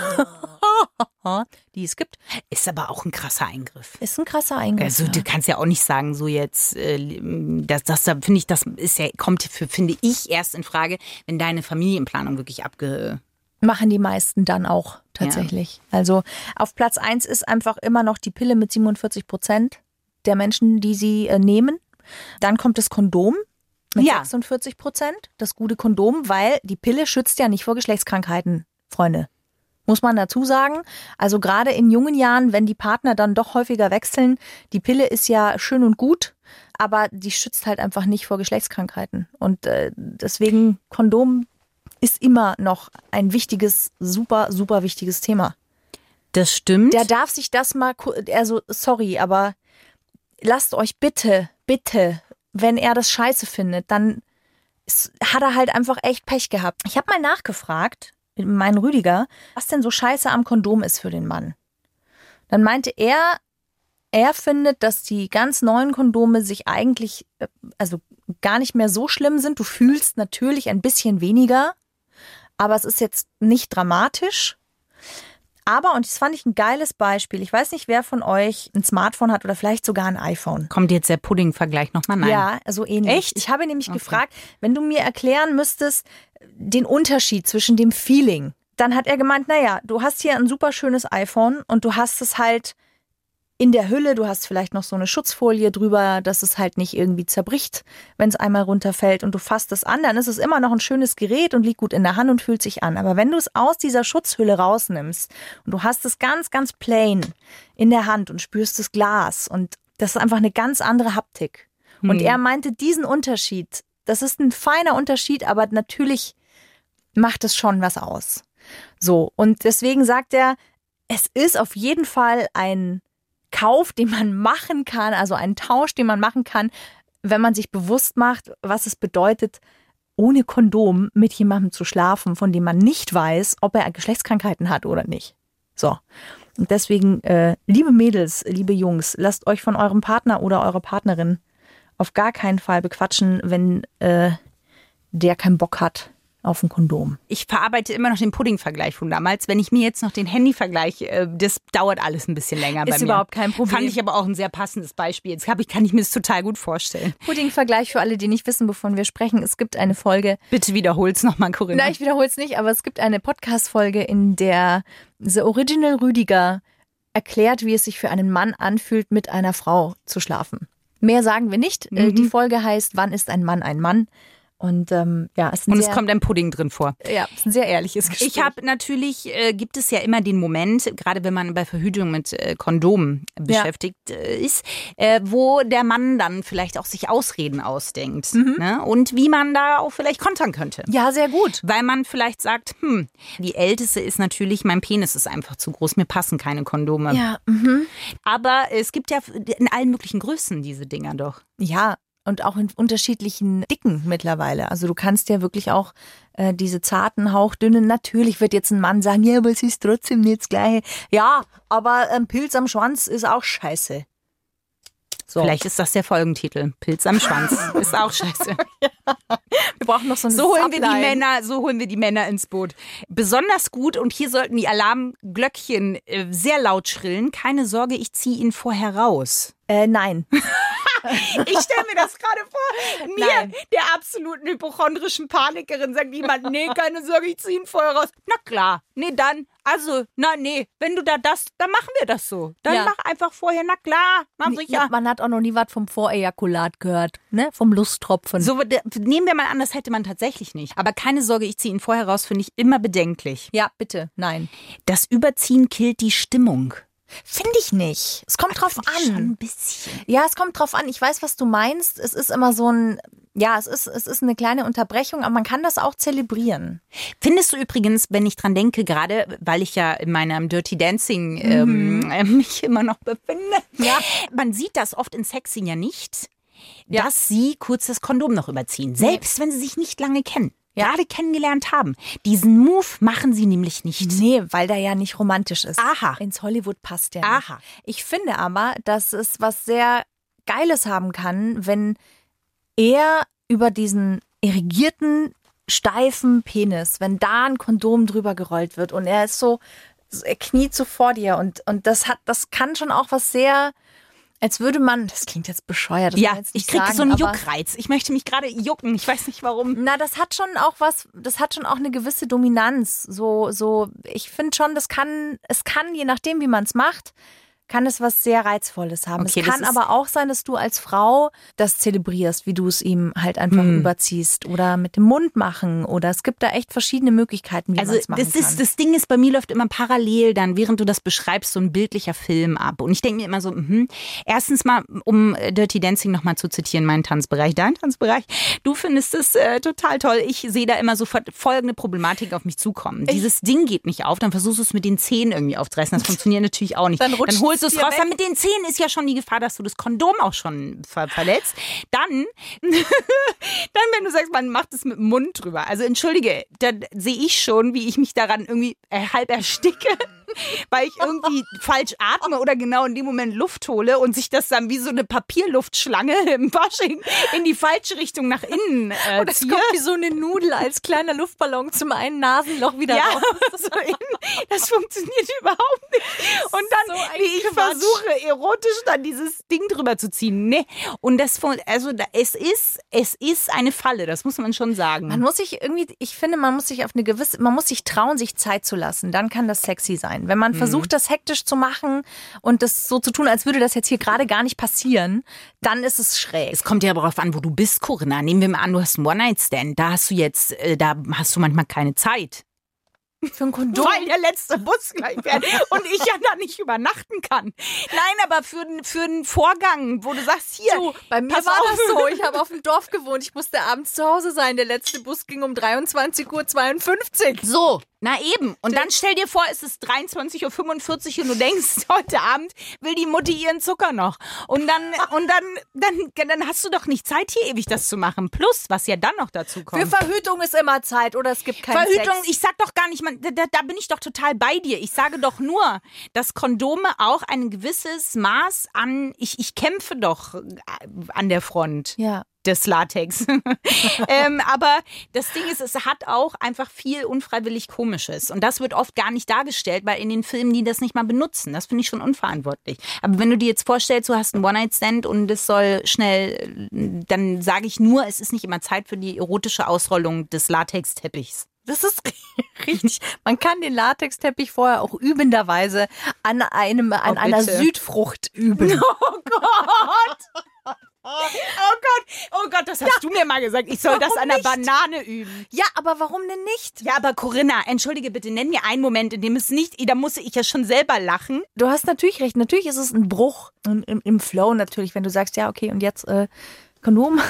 Speaker 3: die es gibt.
Speaker 2: Ist aber auch ein krasser Eingriff.
Speaker 3: Ist ein krasser Eingriff.
Speaker 2: Also
Speaker 3: ja.
Speaker 2: du kannst ja auch nicht sagen, so jetzt, äh, das, das da finde ich, das ist ja, kommt für, finde ich, erst in Frage, wenn deine Familienplanung wirklich abge...
Speaker 3: Machen die meisten dann auch tatsächlich. Also auf Platz eins ist einfach immer noch die Pille mit siebenundvierzig Prozent der Menschen, die sie äh, nehmen. Dann kommt das Kondom mit
Speaker 2: Ja.
Speaker 3: sechsundvierzig Prozent. Das gute Kondom, weil die Pille schützt ja nicht vor Geschlechtskrankheiten, Freunde. Muss man dazu sagen. Also gerade in jungen Jahren, wenn die Partner dann doch häufiger wechseln, die Pille ist ja schön und gut, aber die schützt halt einfach nicht vor Geschlechtskrankheiten. Und äh, deswegen Kondom ist immer noch ein wichtiges, super, super wichtiges Thema.
Speaker 2: Das stimmt.
Speaker 3: Der darf sich das mal, ku- also sorry, aber lasst euch bitte, bitte, wenn er das scheiße findet, dann ist, hat er halt einfach echt Pech gehabt. Ich habe mal nachgefragt, meinen Rüdiger, was denn so scheiße am Kondom ist für den Mann. Dann meinte er, er findet, dass die ganz neuen Kondome sich eigentlich also gar nicht mehr so schlimm sind. Du fühlst natürlich ein bisschen weniger, aber es ist jetzt nicht dramatisch. Aber, und das fand ich ein geiles Beispiel, ich weiß nicht, wer von euch ein Smartphone hat oder vielleicht sogar ein iPhone.
Speaker 2: Kommt jetzt der Pudding-Vergleich nochmal? Nein.
Speaker 3: Ja, so ähnlich.
Speaker 2: Echt?
Speaker 3: Ich habe nämlich
Speaker 2: Okay.
Speaker 3: gefragt, wenn du mir erklären müsstest, den Unterschied zwischen dem Feeling, dann hat er gemeint, naja, du hast hier ein super schönes iPhone und du hast es halt in der Hülle, du hast vielleicht noch so eine Schutzfolie drüber, dass es halt nicht irgendwie zerbricht, wenn es einmal runterfällt und du fasst es an, dann ist es immer noch ein schönes Gerät und liegt gut in der Hand und fühlt sich an. Aber wenn du es aus dieser Schutzhülle rausnimmst und du hast es ganz, ganz plain in der Hand und spürst das Glas und das ist einfach eine ganz andere Haptik. Und
Speaker 2: Hm.
Speaker 3: er meinte, diesen Unterschied, das ist ein feiner Unterschied, aber natürlich macht es schon was aus. So, und deswegen sagt er, es ist auf jeden Fall ein Kauf, den man machen kann, also ein Tausch, den man machen kann, wenn man sich bewusst macht, was es bedeutet, ohne Kondom mit jemandem zu schlafen, von dem man nicht weiß, ob er Geschlechtskrankheiten hat oder nicht. So. Und deswegen, äh, liebe Mädels, liebe Jungs, lasst euch von eurem Partner oder eurer Partnerin auf gar keinen Fall bequatschen, wenn äh, der keinen Bock hat auf ein Kondom.
Speaker 2: Ich verarbeite immer noch den Pudding-Vergleich von damals. Wenn ich mir jetzt noch den Handy-Vergleich, äh, das dauert alles ein bisschen länger bei mir.
Speaker 3: Ist überhaupt kein Problem.
Speaker 2: Fand ich aber auch ein sehr passendes Beispiel. Jetzt hab ich, kann ich mir das total gut vorstellen.
Speaker 3: Pudding-Vergleich für alle, die nicht wissen, wovon wir sprechen. Es gibt eine Folge,
Speaker 2: Bitte wiederhol's nochmal, Corinna.
Speaker 3: na, ich wiederhole es nicht, aber es gibt eine Podcast-Folge, in der The Original Rüdiger erklärt, wie es sich für einen Mann anfühlt, mit einer Frau zu schlafen. Mehr sagen wir nicht.
Speaker 2: Mhm.
Speaker 3: Die Folge heißt, wann ist ein Mann ein Mann? Und ähm, ja, es ist ein,
Speaker 2: Und es
Speaker 3: sehr,
Speaker 2: kommt ein Pudding drin vor.
Speaker 3: ja, es ist ein sehr ehrliches Gespräch.
Speaker 2: Ich habe natürlich, äh, gibt es ja immer den Moment, gerade wenn man bei Verhütung mit äh, Kondomen beschäftigt äh, ist, äh, wo der Mann dann vielleicht auch sich Ausreden ausdenkt.
Speaker 3: Mhm.
Speaker 2: Ne? Und wie man da auch vielleicht kontern könnte.
Speaker 3: Ja, sehr gut.
Speaker 2: Weil man vielleicht sagt, hm, die älteste ist natürlich, mein Penis ist einfach zu groß, mir passen keine Kondome.
Speaker 3: Ja, mhm.
Speaker 2: Aber es gibt ja in allen möglichen Größen diese Dinger doch.
Speaker 3: Ja, und auch in unterschiedlichen Dicken mittlerweile. Also du kannst ja wirklich auch äh, diese zarten, hauchdünnen, natürlich wird jetzt ein Mann sagen, ja, aber es ist trotzdem nicht das Gleiche. Ja, aber ein Pilz am Schwanz ist auch scheiße. So.
Speaker 2: Vielleicht ist das der Folgentitel. Pilz am Schwanz. Ist auch scheiße.
Speaker 3: Wir brauchen noch so eine
Speaker 2: So holen wir die
Speaker 3: Subline.
Speaker 2: Männer, so holen wir die Männer ins Boot. Besonders gut, und hier sollten die Alarmglöckchen äh, sehr laut schrillen. Keine Sorge, ich ziehe ihn vorher raus.
Speaker 3: Äh, nein.
Speaker 2: Ich stelle mir das gerade vor. Mir,
Speaker 3: Nein.
Speaker 2: der absoluten hypochondrischen Panikerin, sagt jemand, nee, keine Sorge, ich ziehe ihn vorher raus. Na klar, nee, dann, also, na nee, wenn du da das, dann machen wir das so. Dann
Speaker 3: Ja.
Speaker 2: mach einfach vorher, na klar, na sicher.
Speaker 3: Ja, man hat auch noch nie was vom Vorejakulat gehört, ne? Vom Lusttropfen.
Speaker 2: So, d- nehmen wir mal an, das hätte man tatsächlich nicht. Aber keine Sorge, ich ziehe ihn vorher raus, finde ich immer bedenklich.
Speaker 3: Ja, bitte, nein.
Speaker 2: Das Überziehen killt die Stimmung.
Speaker 3: Finde ich nicht. Es kommt drauf
Speaker 2: Schon
Speaker 3: an.
Speaker 2: ein bisschen.
Speaker 3: Ja, es kommt drauf an. Ich weiß, was du meinst. Es ist immer so ein, ja, es ist, es ist eine kleine Unterbrechung, aber man kann das auch zelebrieren.
Speaker 2: Findest du übrigens, wenn ich dran denke, gerade weil ich ja in meinem Dirty Dancing ähm, äh, mich immer noch befinde,
Speaker 3: Ja.
Speaker 2: man sieht das oft in Sexy ja nicht,
Speaker 3: Ja.
Speaker 2: dass sie kurz das Kondom noch überziehen, selbst wenn sie sich nicht lange kennen.
Speaker 3: Ja.
Speaker 2: Gerade kennengelernt haben. Diesen Move machen sie nämlich nicht.
Speaker 3: Nee, weil der ja nicht romantisch ist.
Speaker 2: Aha.
Speaker 3: Ins Hollywood passt der
Speaker 2: Aha.
Speaker 3: nicht. Ich finde aber, dass es was sehr Geiles haben kann, wenn er über diesen irrigierten, steifen Penis, wenn da ein Kondom drüber gerollt wird und er ist so, er kniet so vor dir und, und das hat, das kann schon auch was sehr, als würde man, das klingt jetzt bescheuert, das
Speaker 2: Ja,
Speaker 3: kann man jetzt
Speaker 2: ich
Speaker 3: nicht
Speaker 2: kriege
Speaker 3: sagen,
Speaker 2: so einen
Speaker 3: aber-
Speaker 2: Juckreiz. Ich möchte mich gerade jucken. Ich weiß nicht warum.
Speaker 3: Na, das hat schon auch was, das hat schon auch eine gewisse Dominanz. So, so, ich finde schon, das kann, es kann, je nachdem, wie man es macht, kann es was sehr Reizvolles haben.
Speaker 2: Okay,
Speaker 3: es
Speaker 2: das
Speaker 3: kann
Speaker 2: ist-
Speaker 3: aber auch sein, dass du als Frau das zelebrierst, wie du es ihm halt einfach
Speaker 2: Hm.
Speaker 3: überziehst oder mit dem Mund machen oder es gibt da echt verschiedene Möglichkeiten, wie
Speaker 2: Also
Speaker 3: man es machen
Speaker 2: das
Speaker 3: kann.
Speaker 2: ist das Ding ist, bei mir läuft immer parallel dann, während du das beschreibst, so ein bildlicher Film ab. Und ich denke mir immer so, mhm. erstens mal, um Dirty Dancing nochmal zu zitieren, meinen Tanzbereich, dein Tanzbereich, du findest es äh, total toll. Ich sehe da immer sofort folgende Problematik auf mich zukommen. Dieses Ding geht nicht auf, dann versuchst du es mit den Zähnen irgendwie aufzureißen. Das funktioniert natürlich auch nicht.
Speaker 3: Dann rutscht
Speaker 2: dann holst du
Speaker 3: es
Speaker 2: es
Speaker 3: dir
Speaker 2: raus.
Speaker 3: weg.
Speaker 2: Dann mit den Zähnen ist ja schon die Gefahr, dass du das Kondom auch schon ver verletzt. Dann, dann, wenn du sagst, man macht es mit dem Mund drüber. Also entschuldige, da sehe ich schon, wie ich mich daran irgendwie halb ersticke, weil ich irgendwie falsch atme oder genau in dem Moment Luft hole und sich das dann wie so eine Papierluftschlange im Fasching in die falsche Richtung nach innen äh,
Speaker 3: Und es
Speaker 2: ziehe.
Speaker 3: kommt wie so eine Nudel als kleiner Luftballon zum einen Nasenloch wieder
Speaker 2: Ja,
Speaker 3: raus.
Speaker 2: so in, das funktioniert überhaupt nicht. Und dann,
Speaker 3: So ein
Speaker 2: wie ich
Speaker 3: Quatsch.
Speaker 2: versuche, erotisch dann dieses Ding drüber zu ziehen. Nee. Und das, fun- also da- es ist, es ist eine Falle, das muss man schon sagen.
Speaker 3: Man muss sich irgendwie, ich finde, man muss sich auf eine gewisse, man muss sich trauen, sich Zeit zu lassen. Dann kann das sexy sein. Wenn man mhm. versucht, das hektisch zu machen und das so zu tun, als würde das jetzt hier gerade gar nicht passieren, dann ist es schräg.
Speaker 2: Es kommt ja darauf an, wo du bist, Corinna. Nehmen wir mal an, du hast einen One-Night-Stand. Da hast du jetzt, äh, da hast du manchmal keine Zeit.
Speaker 3: Für ein Kondom.
Speaker 2: Weil der letzte Bus gleich fährt und ich ja da nicht übernachten kann. Nein, aber für, für einen Vorgang, wo du sagst, hier,
Speaker 3: So, bei mir
Speaker 2: pass
Speaker 3: war
Speaker 2: auf.
Speaker 3: das so. Ich habe auf dem Dorf gewohnt. Ich musste abends zu Hause sein. Der letzte Bus ging um dreiundzwanzig Uhr zweiundfünfzig.
Speaker 2: So, na eben. Und dann stell dir vor, es ist dreiundzwanzig Uhr fünfundvierzig und du denkst, heute Abend will die Mutti ihren Zucker noch. Und dann, und dann, dann, dann hast du doch nicht Zeit, hier ewig das zu machen. Plus, was ja dann noch dazu kommt.
Speaker 3: Für Verhütung ist immer Zeit oder es gibt keinen
Speaker 2: Verhütung,
Speaker 3: Sex.
Speaker 2: ich sag doch gar nicht, man, da, da bin ich doch total bei dir. Ich sage doch nur, dass Kondome auch ein gewisses Maß an, ich, ich kämpfe doch an der Front.
Speaker 3: Ja.
Speaker 2: Des Latex. ähm, aber das Ding ist, es hat auch einfach viel unfreiwillig Komisches. Und das wird oft gar nicht dargestellt, weil in den Filmen die das nicht mal benutzen. Das finde ich schon unverantwortlich. Aber wenn du dir jetzt vorstellst, du hast einen One-Night-Stand und es soll schnell, dann sage ich nur, es ist nicht immer Zeit für die erotische Ausrollung des Latex-Teppichs.
Speaker 3: Das ist richtig. Man kann den Latexteppich vorher auch übenderweise an einem, an
Speaker 2: Oh,
Speaker 3: einer
Speaker 2: bitte.
Speaker 3: Südfrucht üben.
Speaker 2: Oh Gott! Oh Gott, oh Gott, das hast ja. du mir mal gesagt. Ich soll
Speaker 3: Warum
Speaker 2: das an der
Speaker 3: nicht?
Speaker 2: Banane üben.
Speaker 3: Ja, aber warum denn nicht?
Speaker 2: Ja, aber Corinna, entschuldige bitte, nenn mir einen Moment, in dem es nicht, da muss ich ja schon selber lachen.
Speaker 3: Du hast natürlich recht. Natürlich ist es ein Bruch im, im, im Flow natürlich, wenn du sagst, ja, okay, und jetzt äh, Kondom.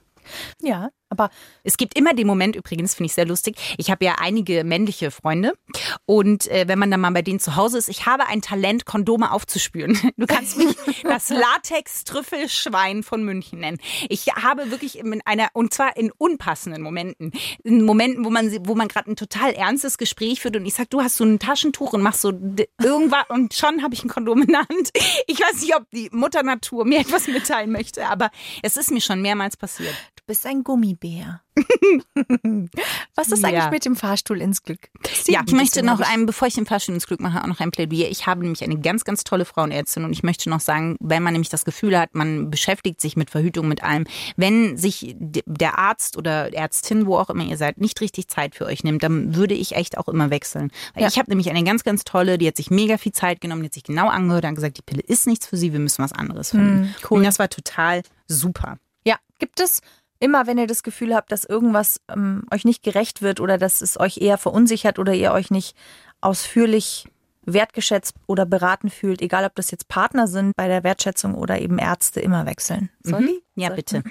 Speaker 3: Ja, aber
Speaker 2: es gibt immer den Moment, übrigens, finde ich sehr lustig, ich habe ja einige männliche Freunde und äh, wenn man dann mal bei denen zu Hause ist, ich habe ein Talent, Kondome aufzuspüren. Du kannst mich das Latex-Trüffelschwein von München nennen. Ich habe wirklich in einer, und zwar in unpassenden Momenten, in Momenten, wo man wo man gerade ein total ernstes Gespräch führt und ich sag, du hast so ein Taschentuch und machst so d- irgendwas und schon habe ich ein Kondom in der Hand. Ich weiß nicht, ob die Mutter Natur mir etwas mitteilen möchte, aber es ist mir schon mehrmals passiert.
Speaker 3: du bist ein Gummibär. Was ist eigentlich
Speaker 2: Ja.
Speaker 3: mit dem Fahrstuhl ins Glück?
Speaker 2: Ja, ich möchte noch
Speaker 3: ein
Speaker 2: ein, bevor ich den Fahrstuhl ins Glück mache, auch noch ein Plädoyer. Ich habe nämlich eine ganz, ganz tolle Frauenärztin und ich möchte noch sagen, wenn man nämlich das Gefühl hat, man beschäftigt sich mit Verhütung, mit allem, wenn sich d- der Arzt oder Ärztin, wo auch immer ihr seid, nicht richtig Zeit für euch nimmt, dann würde ich echt auch immer wechseln. Weil
Speaker 3: Ja.
Speaker 2: Ich habe nämlich eine ganz, ganz tolle, die hat sich mega viel Zeit genommen, die hat sich genau angehört und gesagt, die Pille ist nichts für sie, wir müssen was anderes finden.
Speaker 3: Hm, cool.
Speaker 2: Und das war total super.
Speaker 3: Ja, gibt es immer, wenn ihr das Gefühl habt, dass irgendwas ähm, euch nicht gerecht wird oder dass es euch eher verunsichert oder ihr euch nicht ausführlich wertgeschätzt oder beraten fühlt, egal ob das jetzt Partner sind bei der Wertschätzung oder eben Ärzte, immer wechseln. Soll
Speaker 2: Mhm.
Speaker 3: die?
Speaker 2: Ja,
Speaker 3: Soll-
Speaker 2: bitte.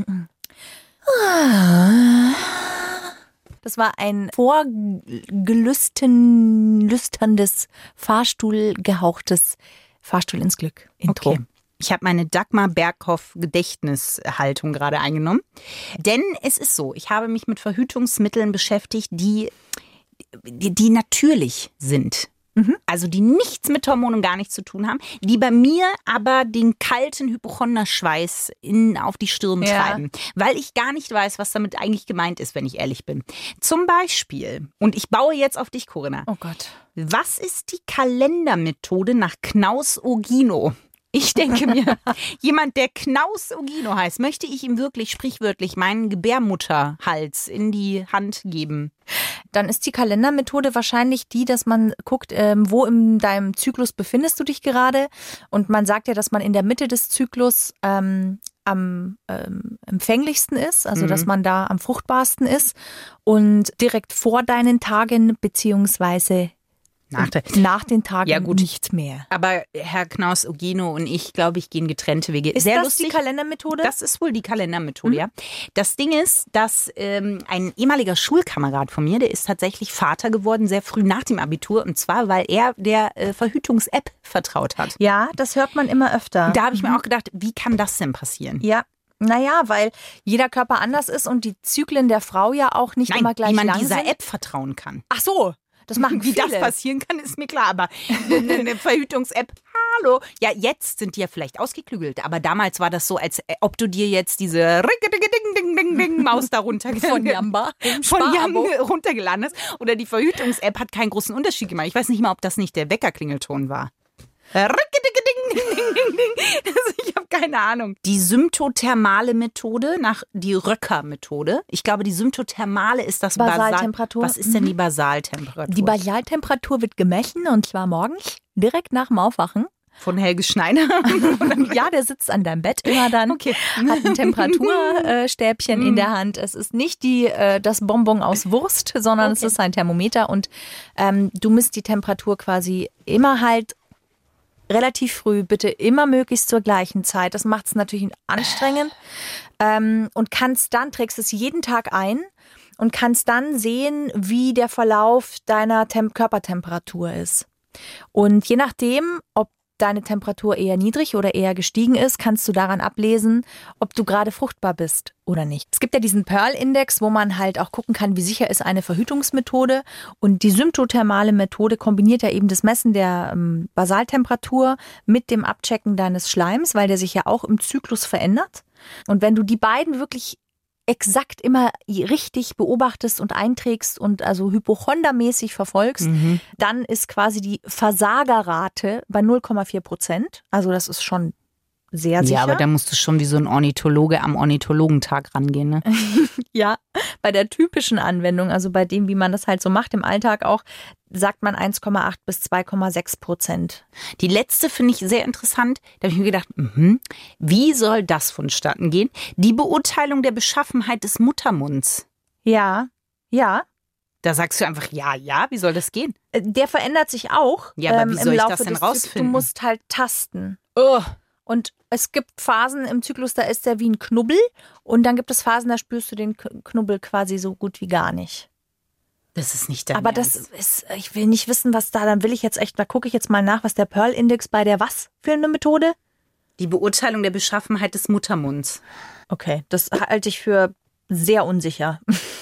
Speaker 3: Das war ein vorgelüsten, lüsterndes, Fahrstuhl gehauchtes Fahrstuhl ins Glück Intro.
Speaker 2: Okay. Ich habe meine Dagmar Berghoff Gedächtnishaltung gerade eingenommen. Denn es ist so, ich habe mich mit Verhütungsmitteln beschäftigt, die, die, die natürlich sind.
Speaker 3: Mhm.
Speaker 2: Also die nichts mit Hormonen gar nichts zu tun haben, die bei mir aber den kalten Hypochonderschweiß in, auf die Stirn
Speaker 3: Ja.
Speaker 2: treiben, weil ich gar nicht weiß, was damit eigentlich gemeint ist, wenn ich ehrlich bin. Zum Beispiel, und ich baue jetzt auf dich, Corinna,
Speaker 3: Oh Gott.
Speaker 2: was ist die Kalendermethode nach Knaus-Ogino? Ich denke mir, jemand, der Knaus-Ogino heißt, möchte ich ihm wirklich sprichwörtlich meinen Gebärmutterhals in die Hand geben.
Speaker 3: Dann ist die Kalendermethode wahrscheinlich die, dass man guckt, ähm, wo in deinem Zyklus befindest du dich gerade. Und man sagt ja, dass man in der Mitte des Zyklus ähm, am ähm, empfänglichsten ist, also
Speaker 2: Mhm.
Speaker 3: dass man da am fruchtbarsten ist. Und direkt vor deinen Tagen beziehungsweise
Speaker 2: Nach der-
Speaker 3: nach den Tagen
Speaker 2: Ja, gut.
Speaker 3: nicht mehr.
Speaker 2: Aber Herr Knaus-Ogino und ich, glaube ich, gehen getrennte Wege.
Speaker 3: Ist
Speaker 2: Sehr
Speaker 3: das
Speaker 2: lustig.
Speaker 3: die Kalendermethode?
Speaker 2: Das ist wohl die Kalendermethode, ja. Das Ding ist, dass ähm, ein ehemaliger Schulkamerad von mir, der ist tatsächlich Vater geworden, sehr früh nach dem Abitur. Und zwar, weil er der äh, Verhütungs-App vertraut hat.
Speaker 3: Ja, das hört man immer öfter.
Speaker 2: Da habe ich mir auch gedacht, wie kann das denn passieren?
Speaker 3: Ja, Naja, weil jeder Körper anders ist und die Zyklen der Frau ja auch nicht
Speaker 2: Nein,
Speaker 3: immer gleich
Speaker 2: wie man
Speaker 3: lang
Speaker 2: dieser
Speaker 3: sind.
Speaker 2: App vertrauen kann.
Speaker 3: Ach so, das machen
Speaker 2: Wie
Speaker 3: viele.
Speaker 2: das passieren kann, ist mir klar. Aber eine, eine Verhütungs-App, hallo. Ja, jetzt sind die ja vielleicht ausgeklügelt. Aber damals war das so, als ob du dir jetzt diese Maus da runtergeladen
Speaker 3: Von Jamba.
Speaker 2: von Jamba runtergeladen hast. Oder die Verhütungs-App hat keinen großen Unterschied gemacht. Ich weiß nicht mal, ob das nicht der Weckerklingelton war. Ich habe keine Ahnung. Die symptothermale Methode nach die Röcker-Methode. Ich glaube, die symptothermale ist das
Speaker 3: Basaltemperatur.
Speaker 2: Basal. Was ist denn die Basaltemperatur?
Speaker 3: Die Basaltemperatur wird gemessen und zwar morgens, direkt nach dem Aufwachen.
Speaker 2: Von Helge Schneider?
Speaker 3: Ja, der sitzt an deinem Bett immer dann,
Speaker 2: Okay.
Speaker 3: hat ein Temperaturstäbchen in der Hand. Es ist nicht die, äh, das Bonbon aus Wurst, sondern
Speaker 2: Okay.
Speaker 3: es ist ein Thermometer und ähm, du misst die Temperatur quasi immer halt relativ früh, bitte immer möglichst zur gleichen Zeit. Das macht es natürlich anstrengend ähm, und kannst dann, trägst es jeden Tag ein und kannst dann sehen, wie der Verlauf deiner Tem- Körpertemperatur ist. Und je nachdem, ob deine Temperatur eher niedrig oder eher gestiegen ist, kannst du daran ablesen, ob du gerade fruchtbar bist oder nicht. Es gibt ja diesen Pearl-Index, wo man halt auch gucken kann, wie sicher ist eine Verhütungsmethode. Und die symptothermale Methode kombiniert ja eben das Messen der ähm, Basaltemperatur mit dem Abchecken deines Schleims, weil der sich ja auch im Zyklus verändert. Und wenn du die beiden wirklich exakt immer richtig beobachtest und einträgst und also hypochondermäßig verfolgst,
Speaker 2: Mhm.
Speaker 3: dann ist quasi die Versagerrate bei null Komma vier Prozent. Also das ist schon sehr sicher.
Speaker 2: Ja, aber da musst du schon wie so ein Ornithologe am Ornithologentag rangehen, ne?
Speaker 3: Ja, bei der typischen Anwendung, also bei dem, wie man das halt so macht im Alltag auch, sagt man eins Komma acht bis zwei Komma sechs Prozent.
Speaker 2: Die letzte finde ich sehr interessant. Da habe ich mir gedacht, mhm, wie soll das vonstatten gehen? Die Beurteilung der Beschaffenheit des Muttermunds.
Speaker 3: Ja, ja.
Speaker 2: Da sagst du einfach, ja, ja, wie soll das gehen?
Speaker 3: Äh, Der verändert sich auch.
Speaker 2: Ja, aber wie
Speaker 3: ähm, im
Speaker 2: soll ich
Speaker 3: Laufe
Speaker 2: das denn
Speaker 3: des Zyklus.
Speaker 2: rausfinden?
Speaker 3: Du musst halt tasten.
Speaker 2: Oh.
Speaker 3: Und es gibt Phasen im Zyklus, da ist der wie ein Knubbel. Und dann gibt es Phasen, da spürst du den K- Knubbel quasi so gut wie gar nicht.
Speaker 2: Das ist nicht dein
Speaker 3: Aber
Speaker 2: Ernst.
Speaker 3: das ist, ich will nicht wissen, was da, dann will ich jetzt echt, da gucke ich jetzt mal nach, was der Pearl-Index bei der was für eine Methode?
Speaker 2: Die Beurteilung der Beschaffenheit des Muttermunds.
Speaker 3: Okay, das halte ich für sehr unsicher.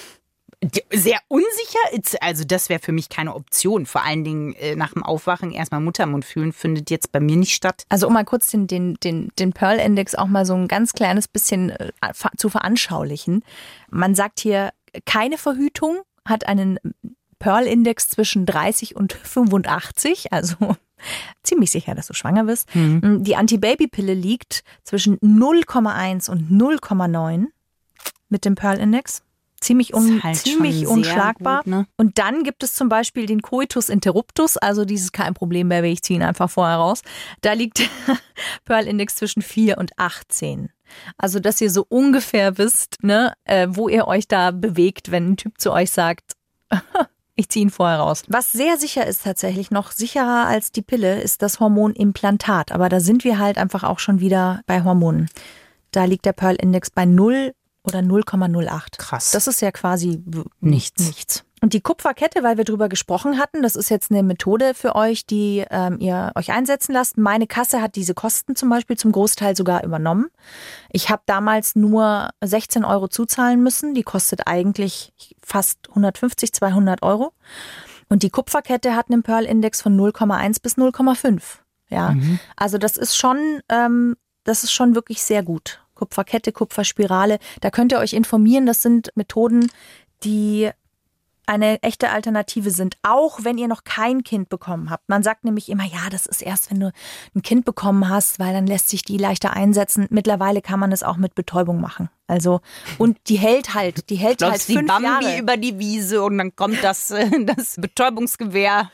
Speaker 2: Sehr unsicher, also das wäre für mich keine Option. Vor allen Dingen äh, nach dem Aufwachen erstmal Muttermund fühlen, findet jetzt bei mir nicht statt.
Speaker 3: Also um mal kurz den, den, den, den Pearl-Index auch mal so ein ganz kleines bisschen äh, zu veranschaulichen. Man sagt hier, keine Verhütung hat einen Pearl-Index zwischen dreißig und fünfundachtzig, also ziemlich sicher, dass du schwanger bist.
Speaker 2: Mhm.
Speaker 3: Die Antibabypille liegt zwischen null Komma eins und null Komma neun mit dem Pearl-Index. Ziemlich, un,
Speaker 2: Ist halt
Speaker 3: ziemlich
Speaker 2: schon sehr
Speaker 3: unschlagbar.
Speaker 2: gut, ne?
Speaker 3: Und dann gibt es zum Beispiel den Coitus interruptus, also dieses kein Problem, Baby, ich ziehe ihn einfach vorher raus. Da liegt der Pearl-Index zwischen vier und achtzehn. Also, dass ihr so ungefähr wisst, ne, äh, wo ihr euch da bewegt, wenn ein Typ zu euch sagt, ich ziehe ihn vorher raus. Was sehr sicher ist tatsächlich, noch sicherer als die Pille, ist das Hormonimplantat. Aber da sind wir halt einfach auch schon wieder bei Hormonen. Da liegt der Pearl-Index bei null oder null Komma null acht.
Speaker 2: Krass.
Speaker 3: Das ist ja quasi w-
Speaker 2: Nichts.
Speaker 3: nichts. Und die Kupferkette, weil wir drüber gesprochen hatten, das ist jetzt eine Methode für euch, die ähm, ihr euch einsetzen lasst. Meine Kasse hat diese Kosten zum Beispiel zum Großteil sogar übernommen. Ich habe damals nur sechzehn Euro zuzahlen müssen. Die kostet eigentlich fast hundertfünfzig, zweihundert Euro. Und die Kupferkette hat einen Pearl-Index von null Komma eins bis null Komma fünf. Ja,
Speaker 2: Mhm.
Speaker 3: also das ist schon, ähm, das ist schon wirklich sehr gut. Kupferkette, Kupferspirale, da könnt ihr euch informieren. Das sind Methoden, die eine echte Alternative sind, auch wenn ihr noch kein Kind bekommen habt. Man sagt nämlich immer, ja, das ist erst, wenn du ein Kind bekommen hast, weil dann lässt sich die leichter einsetzen. Mittlerweile kann man es auch mit Betäubung machen. Also, und die hält halt, die hält halt
Speaker 2: Läufst die
Speaker 3: fünf
Speaker 2: Bambi
Speaker 3: Jahre.
Speaker 2: über die Wiese und dann kommt das, äh, das Betäubungsgewehr.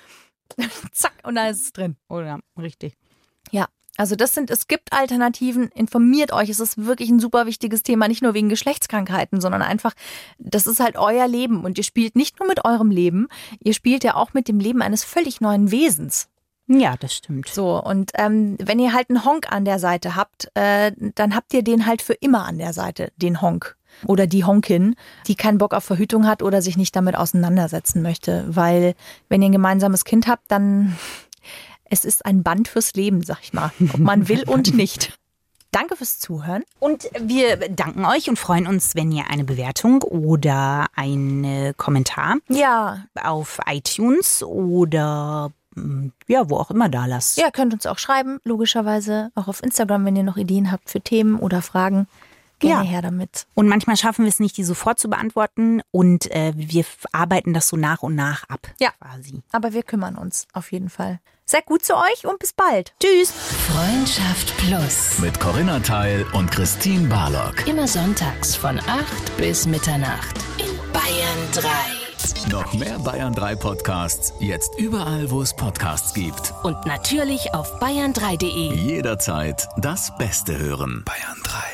Speaker 3: Zack, und da ist es drin.
Speaker 2: Oder richtig.
Speaker 3: Ja, also das sind, es gibt Alternativen, informiert euch, es ist wirklich ein super wichtiges Thema, nicht nur wegen Geschlechtskrankheiten, sondern einfach, das ist halt euer Leben und ihr spielt nicht nur mit eurem Leben, ihr spielt ja auch mit dem Leben eines völlig neuen Wesens.
Speaker 2: Ja, das stimmt.
Speaker 3: So, und ähm, wenn ihr halt einen Honk an der Seite habt, äh, dann habt ihr den halt für immer an der Seite, den Honk. Oder die Honkin, die keinen Bock auf Verhütung hat oder sich nicht damit auseinandersetzen möchte. Weil wenn ihr ein gemeinsames Kind habt, dann... Es ist ein Band fürs Leben, sag ich mal. Ob man will und nicht. Danke fürs Zuhören.
Speaker 2: Und wir danken euch und freuen uns, wenn ihr eine Bewertung oder einen Kommentar
Speaker 3: Ja.
Speaker 2: auf iTunes oder ja, wo auch immer da lasst.
Speaker 3: Ja, könnt uns auch schreiben, logischerweise auch auf Instagram, wenn ihr noch Ideen habt für Themen oder Fragen. Gerne
Speaker 2: Ja.
Speaker 3: her damit.
Speaker 2: Und manchmal schaffen wir es nicht, die sofort zu beantworten und äh, wir f- arbeiten das so nach und nach ab.
Speaker 3: Ja.
Speaker 2: Quasi.
Speaker 3: Aber wir kümmern uns auf jeden Fall. Seid gut zu euch und bis bald.
Speaker 2: Tschüss.
Speaker 4: Freundschaft Plus.
Speaker 1: Mit Corinna Teil und Christine Barlock.
Speaker 4: Immer sonntags von acht bis Mitternacht in Bayern drei.
Speaker 1: Noch mehr Bayern drei Podcasts, jetzt überall, wo es Podcasts gibt.
Speaker 4: Und natürlich auf bayern drei punkt de.
Speaker 1: Jederzeit das Beste hören. Bayern drei.